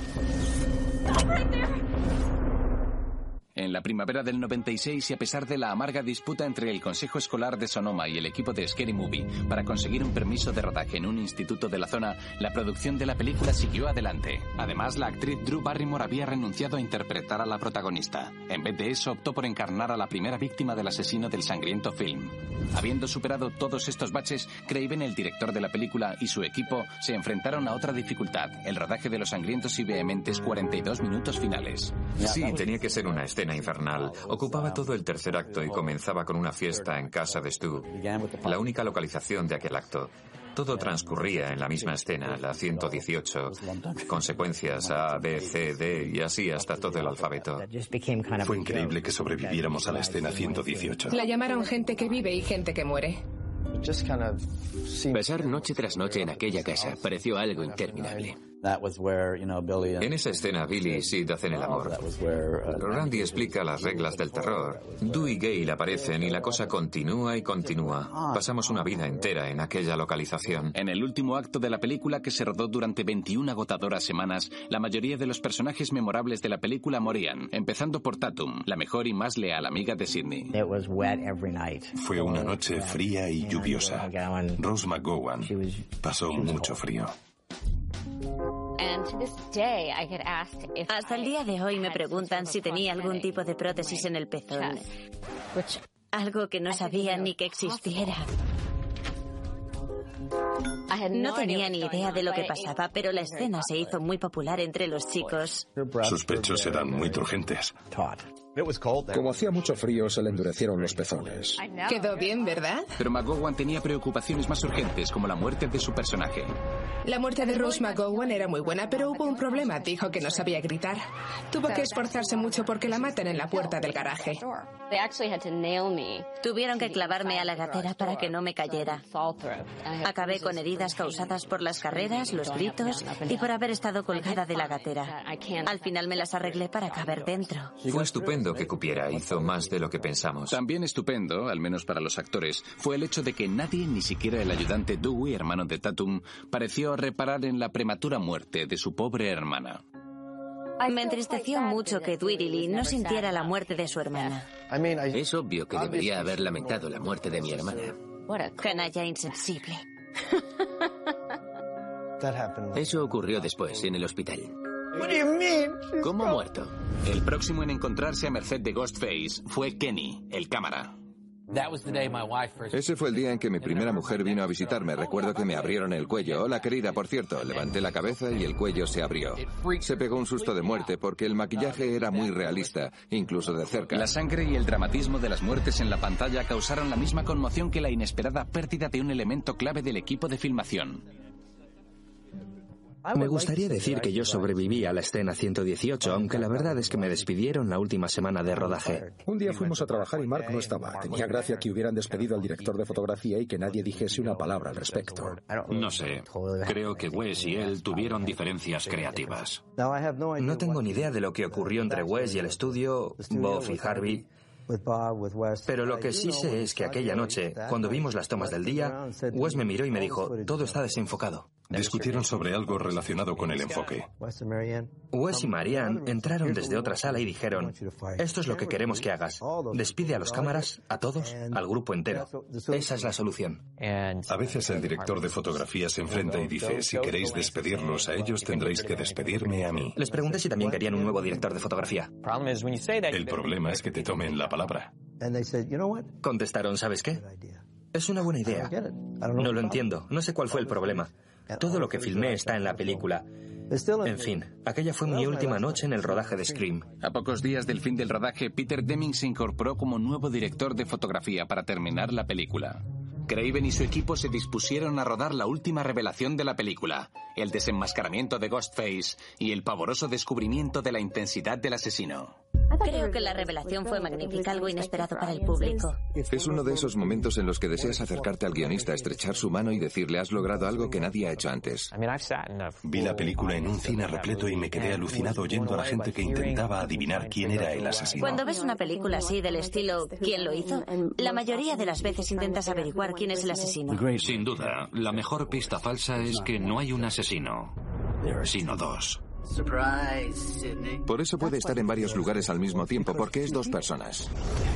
En la primavera del 96, y a pesar de la amarga disputa entre el Consejo Escolar de Sonoma y el equipo de Scary Movie para conseguir un permiso de rodaje en un instituto de la zona, la producción de la película siguió adelante. Además, la actriz Drew Barrymore había renunciado a interpretar a la protagonista. En vez de eso, optó por encarnar a la primera víctima del asesino del sangriento film. Habiendo superado todos estos baches, Craven, el director de la película, y su equipo se enfrentaron a otra dificultad: el rodaje de los sangrientos y vehementes 42 minutos finales. Sí, tenía que ser una escena infernal. Ocupaba todo el tercer acto y comenzaba con una fiesta en casa de Stu, la única localización de aquel acto. Todo transcurría en la misma escena, la 118, consecuencias A, B, C, D y así hasta todo el alfabeto. Fue increíble que sobreviviéramos a la escena 118. La llamaron gente que vive y gente que muere. Pasar noche tras noche en aquella casa pareció algo interminable. En esa escena, Billy y Sid hacen el amor. Randy explica las reglas del terror. Dewey y Gale aparecen y la cosa continúa y continúa. Pasamos una vida entera en aquella localización. En el último acto de la película, que se rodó durante 21 agotadoras semanas, la mayoría de los personajes memorables de la película morían, empezando por Tatum, la mejor y más leal amiga de Sidney. Fue una noche fría y lluviosa. Rose McGowan pasó mucho frío. Hasta el día de hoy me preguntan si tenía algún tipo de prótesis en el pezón. Algo que no sabía ni que existiera. No tenía ni idea de lo que pasaba, pero la escena se hizo muy popular entre los chicos. Sus pechos eran muy turgentes. Como hacía mucho frío, se le endurecieron los pezones. Quedó bien, ¿verdad? Pero McGowan tenía preocupaciones más urgentes, como la muerte de su personaje. La muerte de Rose McGowan era muy buena, pero hubo un problema. Dijo que no sabía gritar. Tuvo que esforzarse mucho porque la matan en la puerta del garaje. Tuvieron que clavarme a la gatera para que no me cayera. Acabé con heridas causadas por las carreras, los gritos y por haber estado colgada de la gatera. Al final me las arreglé para caber dentro. Fue estupendo que cupiera, hizo más de lo que pensamos. También estupendo, al menos para los actores, fue el hecho de que nadie, ni siquiera el ayudante Dewey, hermano de Tatum, pareció reparar en la prematura muerte de su pobre hermana. Me entristeció mucho que Tweedlee no sintiera la muerte de su hermana. Es obvio que debería haber lamentado la muerte de mi hermana. Canalla insensible. Eso ocurrió después, en el hospital. ¿Cómo muerto? El próximo en encontrarse a merced de Ghostface fue Kenny, el cámara. Ese fue el día en que mi primera mujer vino a visitarme. Recuerdo que me abrieron el cuello. Hola, querida, por cierto. Levanté la cabeza y el cuello se abrió. Se pegó un susto de muerte porque el maquillaje era muy realista, incluso de cerca. La sangre y el dramatismo de las muertes en la pantalla causaron la misma conmoción que la inesperada pérdida de un elemento clave del equipo de filmación. Me gustaría decir que yo sobreviví a la escena 118, aunque la verdad es que me despidieron la última semana de rodaje. Un día fuimos a trabajar y Mark no estaba. Tenía gracia que hubieran despedido al director de fotografía y que nadie dijese una palabra al respecto. No sé. Creo que Wes y él tuvieron diferencias creativas. No tengo ni idea de lo que ocurrió entre Wes y el estudio, Bob y Harvey. Pero lo que sí sé es que aquella noche, cuando vimos las tomas del día, Wes me miró y me dijo, todo está desenfocado. Discutieron sobre algo relacionado con el enfoque. Wes y Marianne entraron desde otra sala y dijeron, esto es lo que queremos que hagas. Despide a los cámaras, a todos, al grupo entero. Esa es la solución. A veces el director de fotografía se enfrenta y dice, si queréis despedirlos a ellos, tendréis que despedirme a mí. Les pregunté si también querían un nuevo director de fotografía. El problema es que te tomen la palabra. Contestaron, ¿sabes qué? Es una buena idea. No lo entiendo. No sé cuál fue el problema. Todo lo que filmé está en la película. En fin, aquella fue mi última noche en el rodaje de Scream. A pocos días del fin del rodaje, Peter Deming se incorporó como nuevo director de fotografía para terminar la película. Craven y su equipo se dispusieron a rodar la última revelación de la película, el desenmascaramiento de Ghostface y el pavoroso descubrimiento de la intensidad del asesino. Creo que la revelación fue magnífica, algo inesperado para el público. Es uno de esos momentos en los que deseas acercarte al guionista, estrechar su mano y decirle, has logrado algo que nadie ha hecho antes. Vi la película en un cine repleto y me quedé alucinado oyendo a la gente que intentaba adivinar quién era el asesino. Cuando ves una película así del estilo ¿quién lo hizo?, la mayoría de las veces intentas averiguar quién es el asesino. Sin duda, la mejor pista falsa es que no hay un asesino, sino dos. Por eso puede estar en varios lugares al mismo tiempo, porque es dos personas.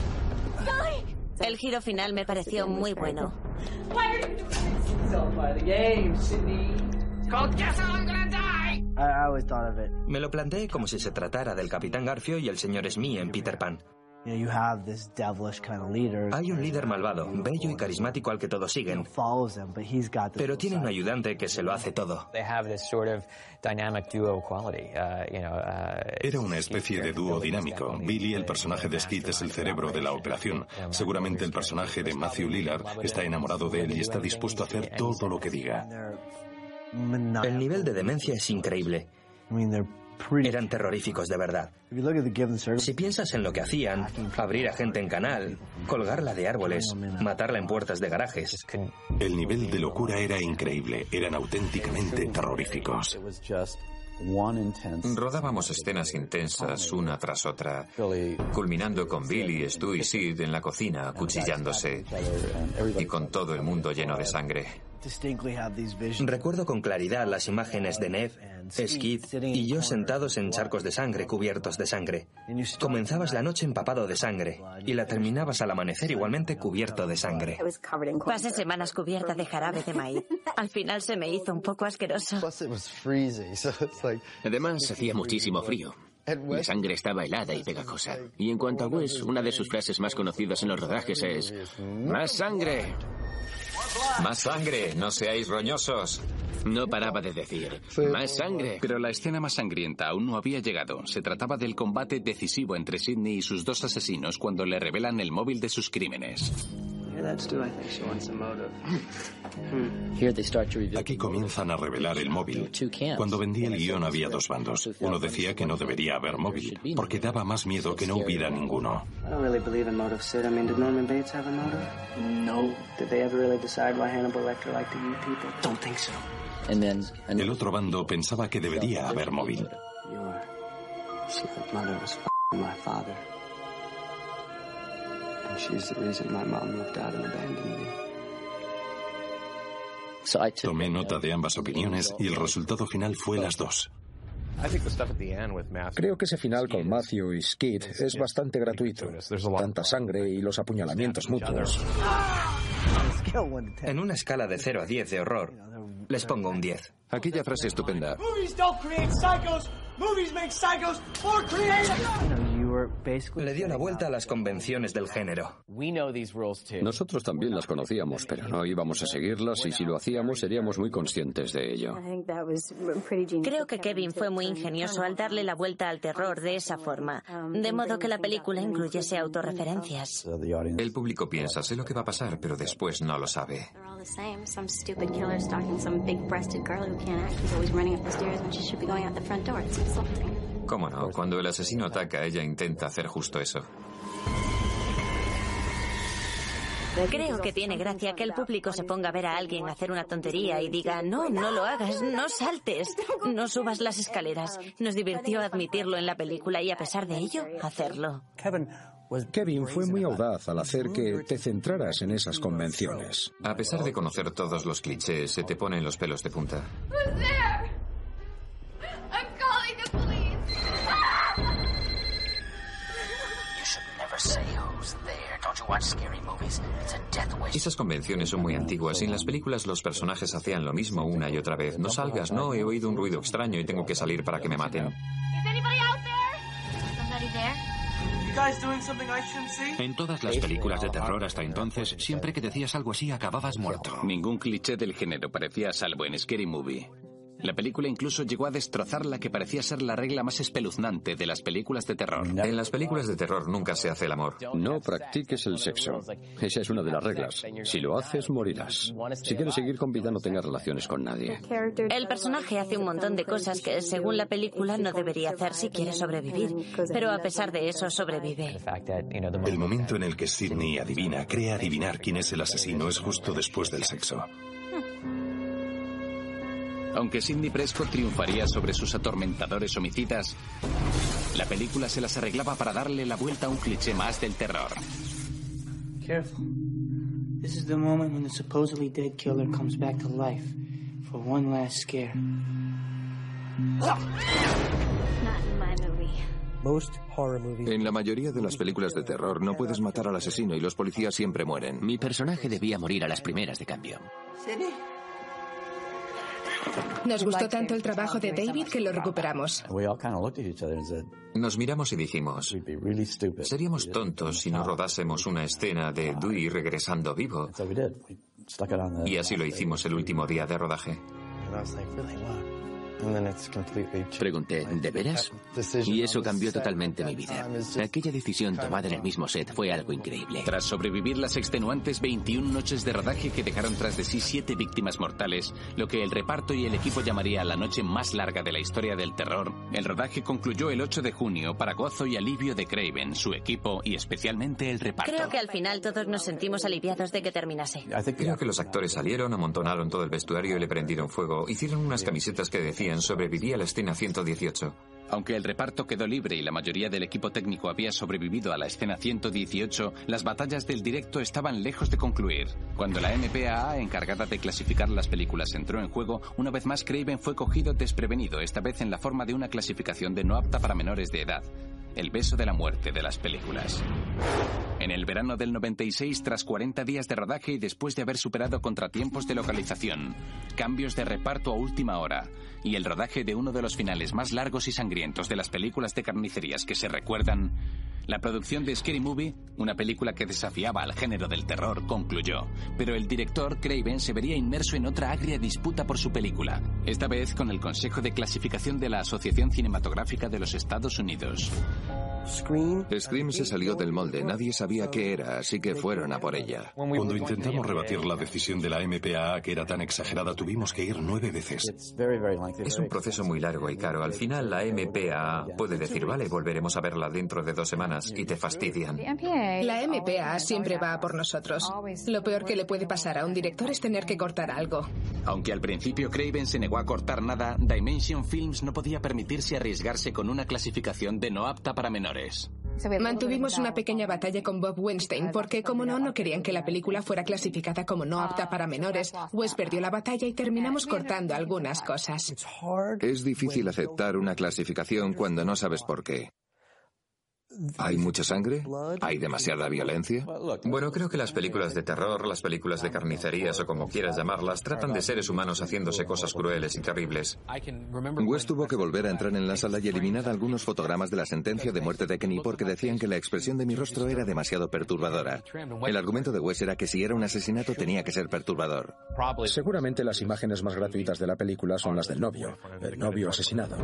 El giro final me pareció muy bueno. Me lo planteé como si se tratara del Capitán Garfio y el señor Smee en Peter Pan. Hay un líder malvado, bello y carismático al que todos siguen, pero tiene un ayudante que se lo hace todo. Era una especie de dúo dinámico. Billy, el personaje de Skid, es el cerebro de la operación. Seguramente el personaje de Matthew Lillard está enamorado de él y está dispuesto a hacer todo lo que diga. El nivel de demencia es increíble. Eran terroríficos de verdad. Si piensas en lo que hacían, abrir a gente en canal, colgarla de árboles, matarla en puertas de garajes. El nivel de locura era increíble, eran auténticamente terroríficos. Rodábamos escenas intensas una tras otra, culminando con Billy, Stu y Sid en la cocina acuchillándose y con todo el mundo lleno de sangre. Recuerdo con claridad las imágenes de Neve, Skid y yo sentados en charcos de sangre cubiertos de sangre. Comenzabas la noche empapado de sangre y la terminabas al amanecer igualmente cubierto de sangre. Pasé semanas cubierta de jarabe de maíz. Al final se me hizo un poco asqueroso. Además, hacía muchísimo frío. La sangre estaba helada y pegajosa. Y en cuanto a Wes, una de sus frases más conocidas en los rodajes es: ¡más sangre! ¡Más sangre! ¡No seáis roñosos! No paraba de decir: ¡más sangre! Pero la escena más sangrienta aún no había llegado. Se trataba del combate decisivo entre Sidney y sus dos asesinos cuando le revelan el móvil de sus crímenes. Aquí comienzan a revelar el móvil. Cuando vendí el guión había dos bandos. Uno decía que no debería haber móvil, porque daba más miedo que no hubiera ninguno. El otro bando pensaba que debería haber móvil. Tomé nota de ambas opiniones y el resultado final fue las dos. Creo que ese final con Matthew y Skid es bastante gratuito. Tanta sangre y los apuñalamientos mutuos. En una escala de 0 a 10 de horror, les pongo un 10. Aquella frase estupenda. Le dio la vuelta a las convenciones del género. Nosotros también las conocíamos, pero no íbamos a seguirlas y si lo hacíamos seríamos muy conscientes de ello. Creo que Kevin fue muy ingenioso al darle la vuelta al terror de esa forma, de modo que la película incluyese autorreferencias. El público piensa, sé lo que va a pasar, pero después no lo sabe. ¿Cómo no? Cuando el asesino ataca, ella intenta hacer justo eso. Creo que tiene gracia que el público se ponga a ver a alguien hacer una tontería y diga: no, no lo hagas, no saltes, no subas las escaleras. Nos divirtió admitirlo en la película y a pesar de ello, hacerlo. Kevin fue muy audaz al hacer que te centraras en esas convenciones. A pesar de conocer todos los clichés, se te ponen los pelos de punta. Esas convenciones son muy antiguas y en las películas los personajes hacían lo mismo una y otra vez. No salgas, no, he oído un ruido extraño y tengo que salir para que me maten. En todas las películas de terror hasta entonces, siempre que decías algo así acababas muerto. Ningún cliché del género parecía a salvo en Scary Movie. La película incluso llegó a destrozar la que parecía ser la regla más espeluznante de las películas de terror. En las películas de terror nunca se hace el amor. No practiques el sexo. Esa es una de las reglas. Si lo haces, morirás. Si quieres seguir con vida, no tengas relaciones con nadie. El personaje hace un montón de cosas que, según la película, no debería hacer si quiere sobrevivir. Pero a pesar de eso, sobrevive. El momento en el que Sidney cree adivinar quién es el asesino es justo después del sexo. Aunque Sidney Prescott triunfaría sobre sus atormentadores homicidas, la película se las arreglaba para darle la vuelta a un cliché más del terror. Careful. This is the moment when the supposedly dead killer comes back to life for one last scare. En la mayoría de las películas de terror no puedes matar al asesino y los policías siempre mueren. Mi personaje debía morir a las primeras de cambio. Nos gustó tanto el trabajo de David que lo recuperamos. Nos miramos y dijimos, seríamos tontos si no rodásemos una escena de Dewey regresando vivo. Y así lo hicimos el último día de rodaje. Pregunté, ¿de veras? Y eso cambió totalmente mi vida. Aquella decisión tomada en el mismo set fue algo increíble. Tras sobrevivir las extenuantes 21 noches de rodaje que dejaron tras de sí 7 víctimas mortales, lo que el reparto y el equipo llamaría la noche más larga de la historia del terror, el rodaje concluyó el 8 de junio para gozo y alivio de Craven, su equipo y especialmente el reparto. Creo que al final todos nos sentimos aliviados de que terminase. Creo que los actores salieron, amontonaron todo el vestuario y le prendieron fuego. Hicieron unas camisetas que decían "Sobreviví a la escena 118". Aunque el reparto quedó libre y la mayoría del equipo técnico había sobrevivido a la escena 118, las batallas del directo estaban lejos de concluir. Cuando la MPAA, encargada de clasificar las películas, entró en juego, una vez más Craven fue cogido desprevenido, esta vez en la forma de una clasificación de no apta para menores de edad. El beso de la muerte de las películas. En el verano del 96, tras 40 días de rodaje y después de haber superado contratiempos de localización, cambios de reparto a última hora y el rodaje de uno de los finales más largos y sangrientos de las películas de carnicerías que se recuerdan, la producción de Scary Movie, una película que desafiaba al género del terror, concluyó. Pero el director, Craven, se vería inmerso en otra agria disputa por su película, esta vez con el Consejo de Clasificación de la Asociación Cinematográfica de los Estados Unidos. Scream se salió del molde, nadie sabía qué era, así que fueron a por ella. Cuando intentamos rebatir la decisión de la MPAA, que era tan exagerada, tuvimos que ir 9 veces. Es un proceso muy largo y caro. Al final la MPAA puede decir, vale, volveremos a verla dentro de 2 semanas, y te fastidian. La MPAA siempre va a por nosotros. Lo peor que le puede pasar a un director es tener que cortar algo. Aunque al principio Craven se negó a cortar nada, Dimension Films no podía permitirse arriesgarse con una clasificación de no apta para menores. Mantuvimos una pequeña batalla con Bob Weinstein porque, como no querían que la película fuera clasificada como no apta para menores. Wes perdió la batalla y terminamos cortando algunas cosas. Es difícil aceptar una clasificación cuando no sabes por qué. ¿Hay mucha sangre? ¿Hay demasiada violencia? Bueno, creo que las películas de terror, las películas de carnicerías o como quieras llamarlas, tratan de seres humanos haciéndose cosas crueles y terribles. Wes tuvo que volver a entrar en la sala y eliminar algunos fotogramas de la sentencia de muerte de Kenny porque decían que la expresión de mi rostro era demasiado perturbadora. El argumento de Wes era que si era un asesinato tenía que ser perturbador. Seguramente las imágenes más gratuitas de la película son las del novio, el novio asesinado.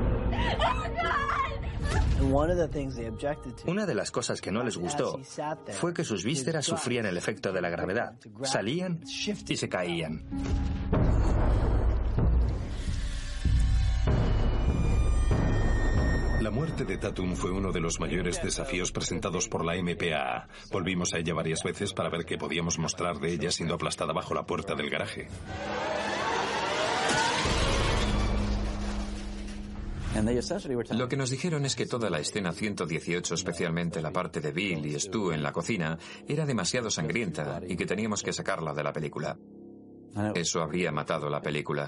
Una de las cosas que no les gustó fue que sus vísceras sufrían el efecto de la gravedad. Salían y se caían. La muerte de Tatum fue uno de los mayores desafíos presentados por la MPAA. Volvimos a ella varias veces para ver qué podíamos mostrar de ella siendo aplastada bajo la puerta del garaje. Lo que nos dijeron es que toda la escena 118, especialmente la parte de Bill y Stu en la cocina, era demasiado sangrienta y que teníamos que sacarla de la película. Eso habría matado la película.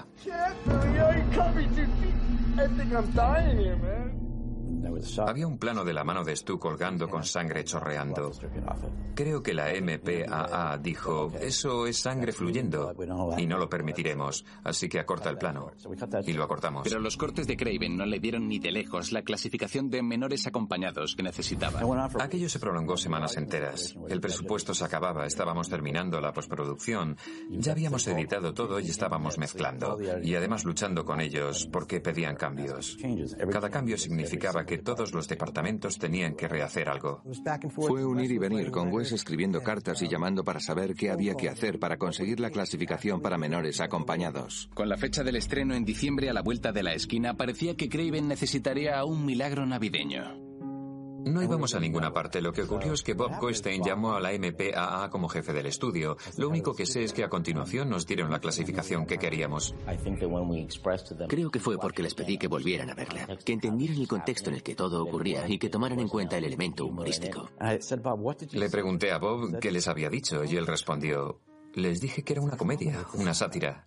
Había un plano de la mano de Stu colgando con sangre chorreando. Creo que la MPAA dijo, eso es sangre fluyendo y no lo permitiremos, así que acorta el plano. Y lo acortamos. Pero los cortes de Craven no le dieron ni de lejos la clasificación de menores acompañados que necesitaba. Aquello se prolongó semanas enteras. El presupuesto se acababa, estábamos terminando la postproducción, ya habíamos editado todo y estábamos mezclando. Y además luchando con ellos porque pedían cambios. Cada cambio significaba que todos los departamentos tenían que rehacer algo. Fue un ir y venir, con Wes escribiendo cartas y llamando para saber qué había que hacer para conseguir la clasificación para menores acompañados. Con la fecha del estreno en diciembre a la vuelta de la esquina, parecía que Craven necesitaría un milagro navideño. No íbamos a ninguna parte. Lo que ocurrió es que Bob Goldstein llamó a la MPAA como jefe del estudio. Lo único que sé es que a continuación nos dieron la clasificación que queríamos. Creo que fue porque les pedí que volvieran a verla, que entendieran el contexto en el que todo ocurría y que tomaran en cuenta el elemento humorístico. Le pregunté a Bob qué les había dicho y él respondió, les dije que era una comedia, una sátira.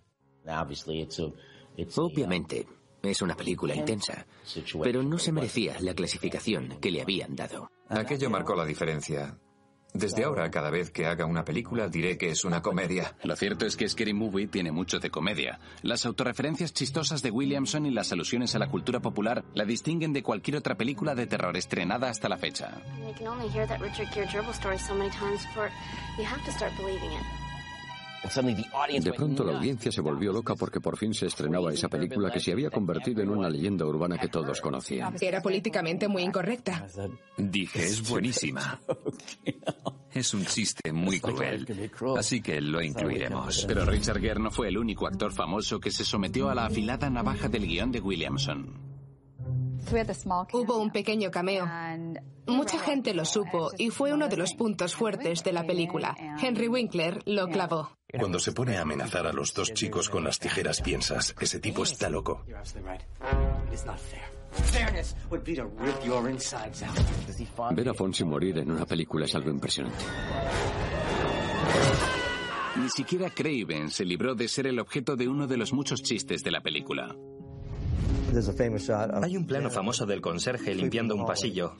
Obviamente. Es una película intensa, pero no se merecía la clasificación que le habían dado. Aquello marcó la diferencia. Desde ahora, cada vez que haga una película, diré que es una comedia. Lo cierto es que Scary Movie tiene mucho de comedia. Las autorreferencias chistosas de Williamson y las alusiones a la cultura popular la distinguen de cualquier otra película de terror estrenada hasta la fecha. De pronto la audiencia se volvió loca porque por fin se estrenaba esa película que se había convertido en una leyenda urbana que todos conocían. Era políticamente muy incorrecta. Dije, es buenísima. Es un chiste muy cruel, así que lo incluiremos. Pero Richard Gere no fue el único actor famoso que se sometió a la afilada navaja del guión de Williamson. Hubo un pequeño cameo. Mucha gente lo supo y fue uno de los puntos fuertes de la película. Henry Winkler lo clavó. Cuando se pone a amenazar a los dos chicos con las tijeras piensas, ese tipo está loco. Ver a Fonsi morir en una película es algo impresionante. Ni siquiera Craven se libró de ser el objeto de uno de los muchos chistes de la película. Hay un plano famoso del conserje limpiando un pasillo.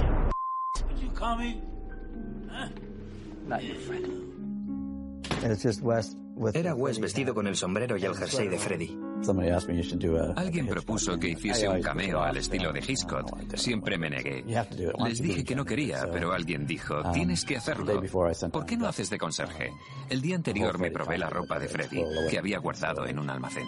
Era Wes vestido con el sombrero y el jersey de Freddy. Alguien propuso que hiciese un cameo al estilo de Hitchcock. Siempre me negué. Les dije que no quería, pero alguien dijo, tienes que hacerlo. ¿Por qué no haces de conserje? El día anterior me probé la ropa de Freddy, que había guardado en un almacén.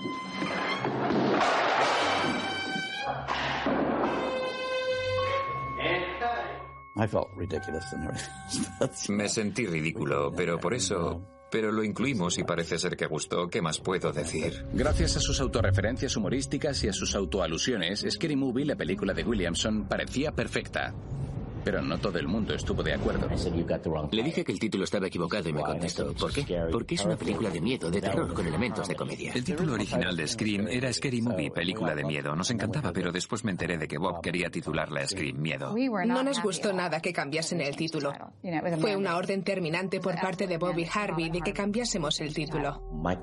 Me sentí ridículo, pero lo incluimos y parece ser que gustó. ¿Qué más puedo decir? Gracias a sus autorreferencias humorísticas y a sus autoalusiones, Scary Movie, la película de Williamson, parecía perfecta. Pero no todo el mundo estuvo de acuerdo. Le dije que el título estaba equivocado y me contestó, ¿por qué? Porque es una película de miedo, de terror, con elementos de comedia. El título original de Scream era Scary Movie, película de miedo. Nos encantaba, pero después me enteré de que Bob quería titularla Scream, miedo. No nos gustó nada que cambiasen el título. Fue una orden terminante por parte de Bob y Harvey de que cambiásemos el título.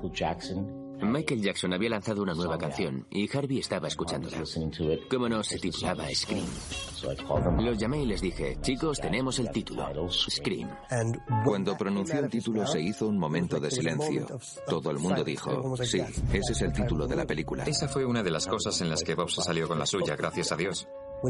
Michael Jackson había lanzado una nueva canción y Harvey estaba escuchándola. ¿Cómo no se titulaba Scream? Los llamé y les dije, chicos, tenemos el título, Scream. Cuando pronunció el título se hizo un momento de silencio. Todo el mundo dijo, sí, ese es el título de la película. Esa fue una de las cosas en las que Bob se salió con la suya, gracias a Dios.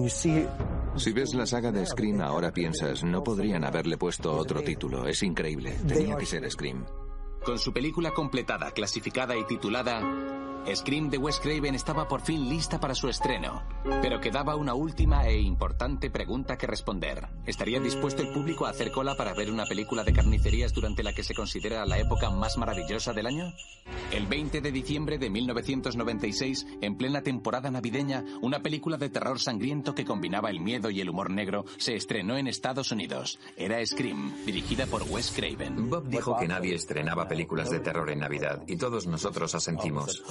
Si ves la saga de Scream ahora piensas, no podrían haberle puesto otro título, es increíble. Tenía que ser Scream. Con su película completada, clasificada y titulada Scream de Wes Craven estaba por fin lista para su estreno, pero quedaba una última e importante pregunta que responder. ¿Estaría dispuesto el público a hacer cola para ver una película de carnicerías durante la que se considera la época más maravillosa del año? El 20 de diciembre de 1996, en plena temporada navideña, una película de terror sangriento que combinaba el miedo y el humor negro se estrenó en Estados Unidos. Era Scream, dirigida por Wes Craven. Bob dijo que nadie estrenaba películas de terror en Navidad, y todos nosotros asentimos.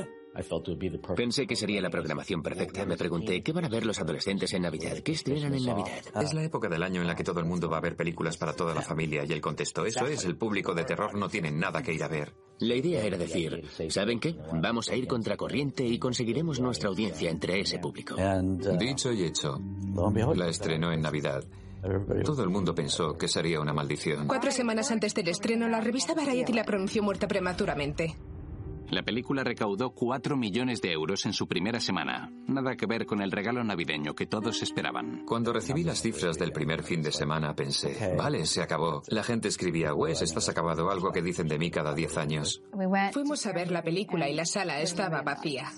Pensé que sería la programación perfecta. Me pregunté, ¿qué van a ver los adolescentes en Navidad? ¿Qué estrenan en Navidad? Es la época del año en la que todo el mundo va a ver películas para toda la familia, y él contestó, eso es, el público de terror no tiene nada que ir a ver. La idea era decir, ¿saben qué? Vamos a ir contracorriente y conseguiremos nuestra audiencia entre ese público. Dicho y hecho, la estrenó en Navidad. Todo el mundo pensó que sería una maldición. 4 semanas antes del estreno, la revista Variety la pronunció muerta prematuramente. La película recaudó 4 millones de euros en su primera semana. Nada que ver con el regalo navideño que todos esperaban. Cuando recibí las cifras del primer fin de semana pensé, vale, se acabó. La gente escribía, Wes, estás acabado, algo que dicen de mí cada 10 años. Fuimos a ver la película y la sala estaba vacía.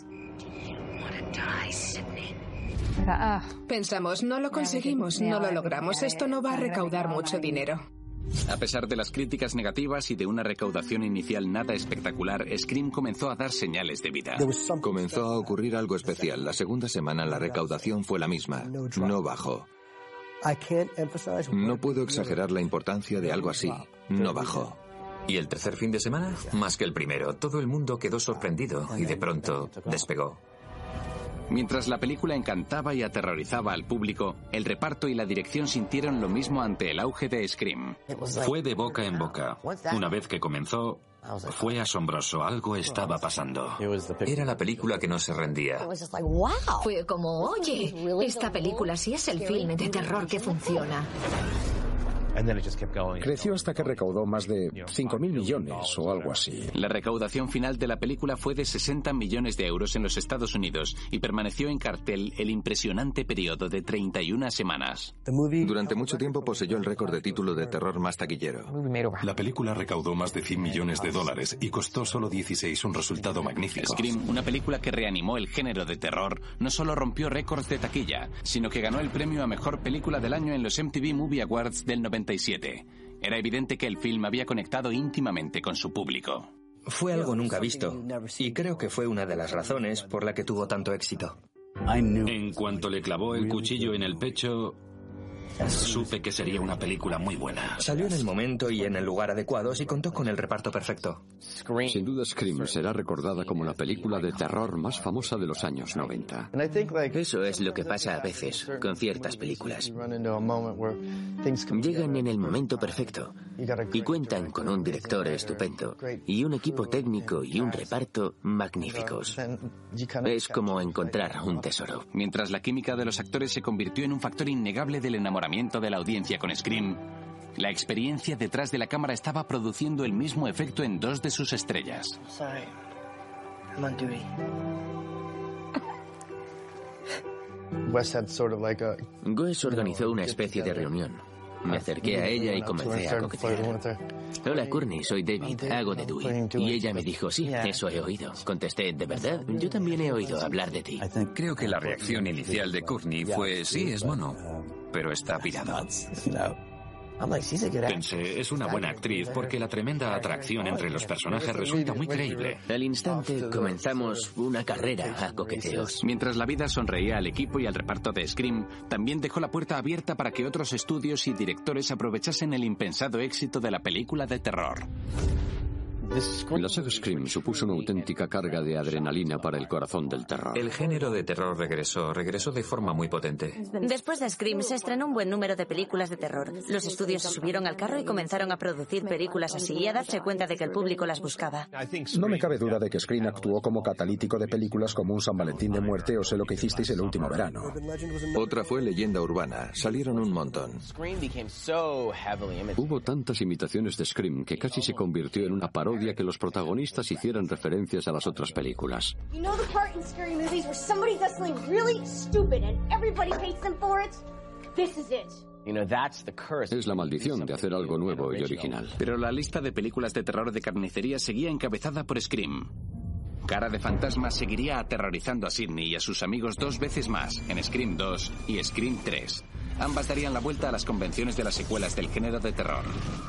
Pensamos, no lo conseguimos, no lo logramos, esto no va a recaudar mucho dinero. A pesar de las críticas negativas y de una recaudación inicial nada espectacular, Scream comenzó a dar señales de vida. Comenzó a ocurrir algo especial. La segunda semana la recaudación fue la misma. No bajó. No puedo exagerar la importancia de algo así. No bajó. Y el tercer fin de semana, más que el primero. Todo el mundo quedó sorprendido y de pronto despegó. Mientras la película encantaba y aterrorizaba al público, el reparto y la dirección sintieron lo mismo ante el auge de Scream. Fue de boca en boca. Una vez que comenzó, fue asombroso. Algo estaba pasando. Era la película que no se rendía. Fue como, oye, esta película sí es el filme de terror que funciona. Creció hasta que recaudó más de 5.000 millones o algo así. La recaudación final de la película fue de 60 millones de euros en los Estados Unidos y permaneció en cartel el impresionante periodo de 31 semanas. Durante mucho tiempo poseyó el récord de título de terror más taquillero. La película recaudó más de 100 millones de dólares y costó solo 16, un resultado magnífico. Scream, una película que reanimó el género de terror, no solo rompió récords de taquilla, sino que ganó el premio a Mejor Película del Año en los MTV Movie Awards del 97. Era evidente que el film había conectado íntimamente con su público. Fue algo nunca visto, y creo que fue una de las razones por la que tuvo tanto éxito. En cuanto le clavó el cuchillo en el pecho, supe que sería una película muy buena. Salió en el momento y en el lugar adecuados y contó con el reparto perfecto. Sin duda Scream será recordada como la película de terror más famosa de los años 90. Eso es lo que pasa a veces con ciertas películas. Llegan en el momento perfecto y cuentan con un director estupendo y un equipo técnico y un reparto magníficos. Es como encontrar un tesoro. Mientras la química de los actores se convirtió en un factor innegable del enamoramiento de la audiencia con Scream, la experiencia detrás de la cámara estaba produciendo el mismo efecto en dos de sus estrellas. Wes organizó una especie de reunión. Me acerqué a ella y comencé a coquetear. Hola, Courtney, soy David, hago de Dewey. Y ella me dijo, sí, eso he oído. Contesté, ¿de verdad? Yo también he oído hablar de ti. Creo que la reacción inicial de Courtney fue, sí, es mono, pero está pirado. Pensé, es una buena actriz porque la tremenda atracción entre los personajes resulta muy creíble. Al instante comenzamos una carrera a coqueteos. Mientras la vida sonreía al equipo y al reparto de Scream, también dejó la puerta abierta para que otros estudios y directores aprovechasen el impensado éxito de la película de terror. La saga Scream supuso una auténtica carga de adrenalina para el corazón del terror. El género de terror regresó de forma muy potente. Después de Scream se estrenó un buen número de películas de terror. Los estudios se subieron al carro y comenzaron a producir películas así y a darse cuenta de que el público las buscaba. No me cabe duda de que Scream actuó como catalítico de películas como un San Valentín de muerte o Sé lo que hicisteis el último verano. Otra fue Leyenda Urbana. Salieron un montón. Hubo tantas imitaciones de Scream que casi se convirtió en una parodia que los protagonistas hicieran referencias a las otras películas. Es la maldición de hacer algo nuevo y original. Pero la lista de películas de terror de carnicería seguía encabezada por Scream. Cara de Fantasma seguiría aterrorizando a Sidney y a sus amigos 2 veces más, en Scream 2 y Scream 3. Ambas darían la vuelta a las convenciones de las secuelas del género de terror.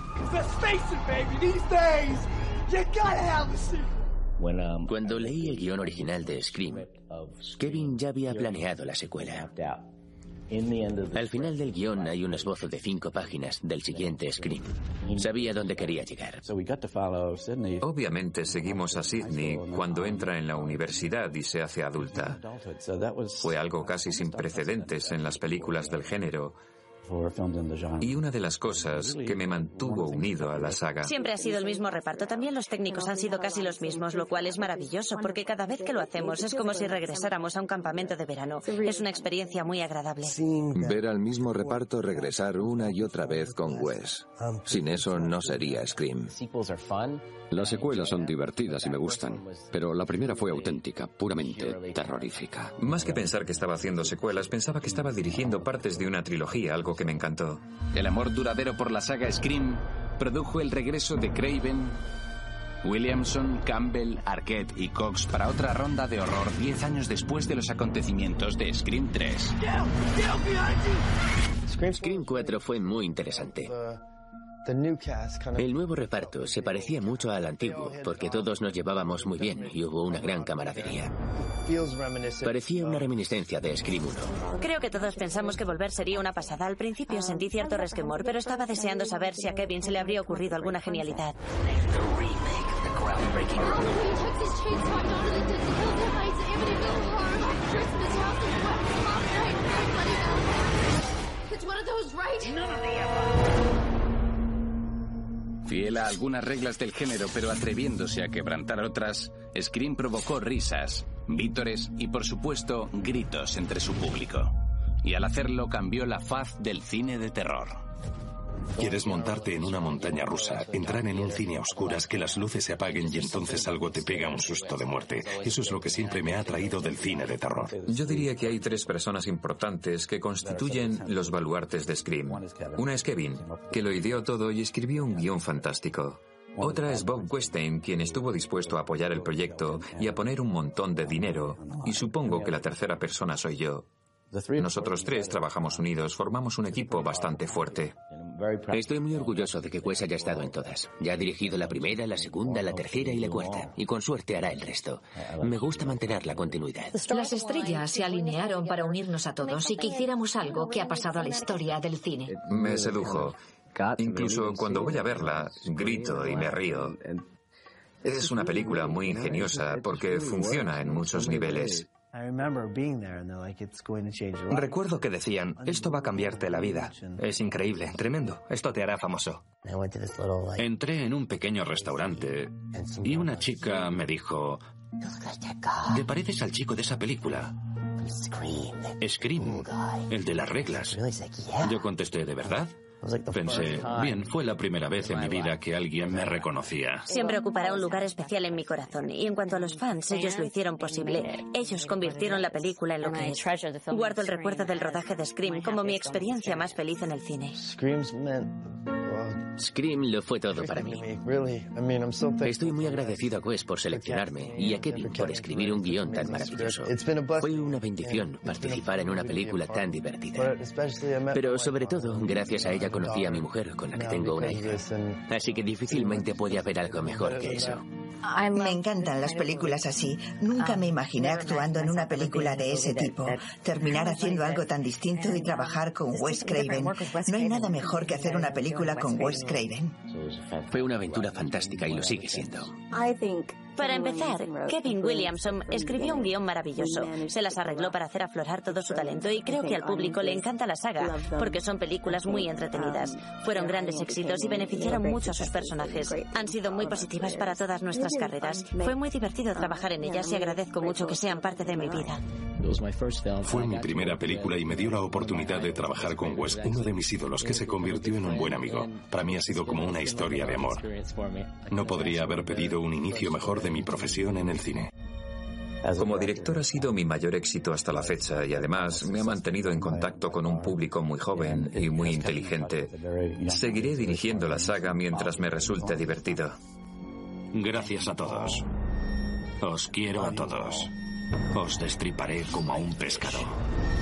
Cuando leí el guión original de Scream, Kevin ya había planeado la secuela. Al final del guión hay un esbozo de 5 páginas del siguiente Scream. Sabía dónde quería llegar. Obviamente seguimos a Sidney cuando entra en la universidad y se hace adulta. Fue algo casi sin precedentes en las películas del género. Y una de las cosas que me mantuvo unido a la saga. Siempre ha sido el mismo reparto. También los técnicos han sido casi los mismos, lo cual es maravilloso, porque cada vez que lo hacemos es como si regresáramos a un campamento de verano. Es una experiencia muy agradable. Ver al mismo reparto regresar una y otra vez con Wes. Sin eso no sería Scream. Las secuelas son divertidas y me gustan, pero la primera fue auténtica, puramente terrorífica. Más que pensar que estaba haciendo secuelas, pensaba que estaba dirigiendo partes de una trilogía, algo que me encantó. El amor duradero por la saga Scream produjo el regreso de Craven, Williamson, Campbell, Arquette y Cox para otra ronda de horror 10 años después de los acontecimientos de Scream 3. Scream 4 fue muy interesante. El nuevo reparto se parecía mucho al antiguo, porque todos nos llevábamos muy bien y hubo una gran camaradería. Parecía una reminiscencia de Scream 1. Creo que todos pensamos que volver sería una pasada. Al principio sentí cierto resquemor, pero estaba deseando saber si a Kevin se le habría ocurrido alguna genialidad. Fiel a algunas reglas del género, pero atreviéndose a quebrantar otras, Scream provocó risas, vítores y, por supuesto, gritos entre su público. Y al hacerlo cambió la faz del cine de terror. Quieres montarte en una montaña rusa, entrar en un cine a oscuras, que las luces se apaguen y entonces algo te pega un susto de muerte. Eso es lo que siempre me ha atraído del cine de terror. Yo diría que hay 3 personas importantes que constituyen los baluartes de Scream. Una es Kevin, que lo ideó todo y escribió un guión fantástico. Otra es Bob Weinstein, quien estuvo dispuesto a apoyar el proyecto y a poner un montón de dinero. Y supongo que la tercera persona soy yo. Nosotros 3 trabajamos unidos, formamos un equipo bastante fuerte. Estoy muy orgulloso de que Wes haya estado en todas. Ya ha dirigido la primera, la segunda, la tercera y la cuarta. Y con suerte hará el resto. Me gusta mantener la continuidad. Las estrellas se alinearon para unirnos a todos y que hiciéramos algo que ha pasado a la historia del cine. Me sedujo. Incluso cuando voy a verla, grito y me río. Es una película muy ingeniosa porque funciona en muchos niveles. Recuerdo que decían, esto va a cambiarte la vida. Es increíble, tremendo. Esto te hará famoso. Entré en un pequeño restaurante y una chica me dijo, ¿te pareces al chico de esa película? Scream, el de las reglas. Yo contesté, ¿de verdad? Pensé, bien, fue la primera vez en mi vida que alguien me reconocía. Siempre ocupará un lugar especial en mi corazón. Y en cuanto a los fans, ellos lo hicieron posible. Ellos convirtieron la película en lo que es. Guardo el recuerdo del rodaje de Scream como mi experiencia más feliz en el cine. Scream lo fue todo para mí. Estoy muy agradecido a Wes por seleccionarme y a Kevin por escribir un guión tan maravilloso. Fue una bendición participar en una película tan divertida. Pero sobre todo, gracias a ella conocí a mi mujer, con la que tengo una hija. Así que difícilmente puede haber algo mejor que eso. Me encantan las películas así. Nunca me imaginé actuando en una película de ese tipo. Terminar haciendo algo tan distinto y trabajar con Wes Craven. No hay nada mejor que hacer una película con Wes Craven. Fue una aventura fantástica y lo sigue siendo. Para empezar, Kevin Williamson escribió un guión maravilloso. Se las arregló para hacer aflorar todo su talento y creo que al público le encanta la saga, porque son películas muy entretenidas. Fueron grandes éxitos y beneficiaron mucho a sus personajes. Han sido muy positivas para todas nuestras carreras. Fue muy divertido trabajar en ellas y agradezco mucho que sean parte de mi vida. Fue mi primera película y me dio la oportunidad de trabajar con Wes, uno de mis ídolos, que se convirtió en un buen amigo. Para mí ha sido como una historia de amor. No podría haber pedido un inicio mejor de mi profesión en el cine. Como director ha sido mi mayor éxito hasta la fecha y además me ha mantenido en contacto con un público muy joven y muy inteligente. Seguiré dirigiendo la saga mientras me resulte divertido. Gracias a todos. Os quiero a todos. Os destriparé como a un pescado.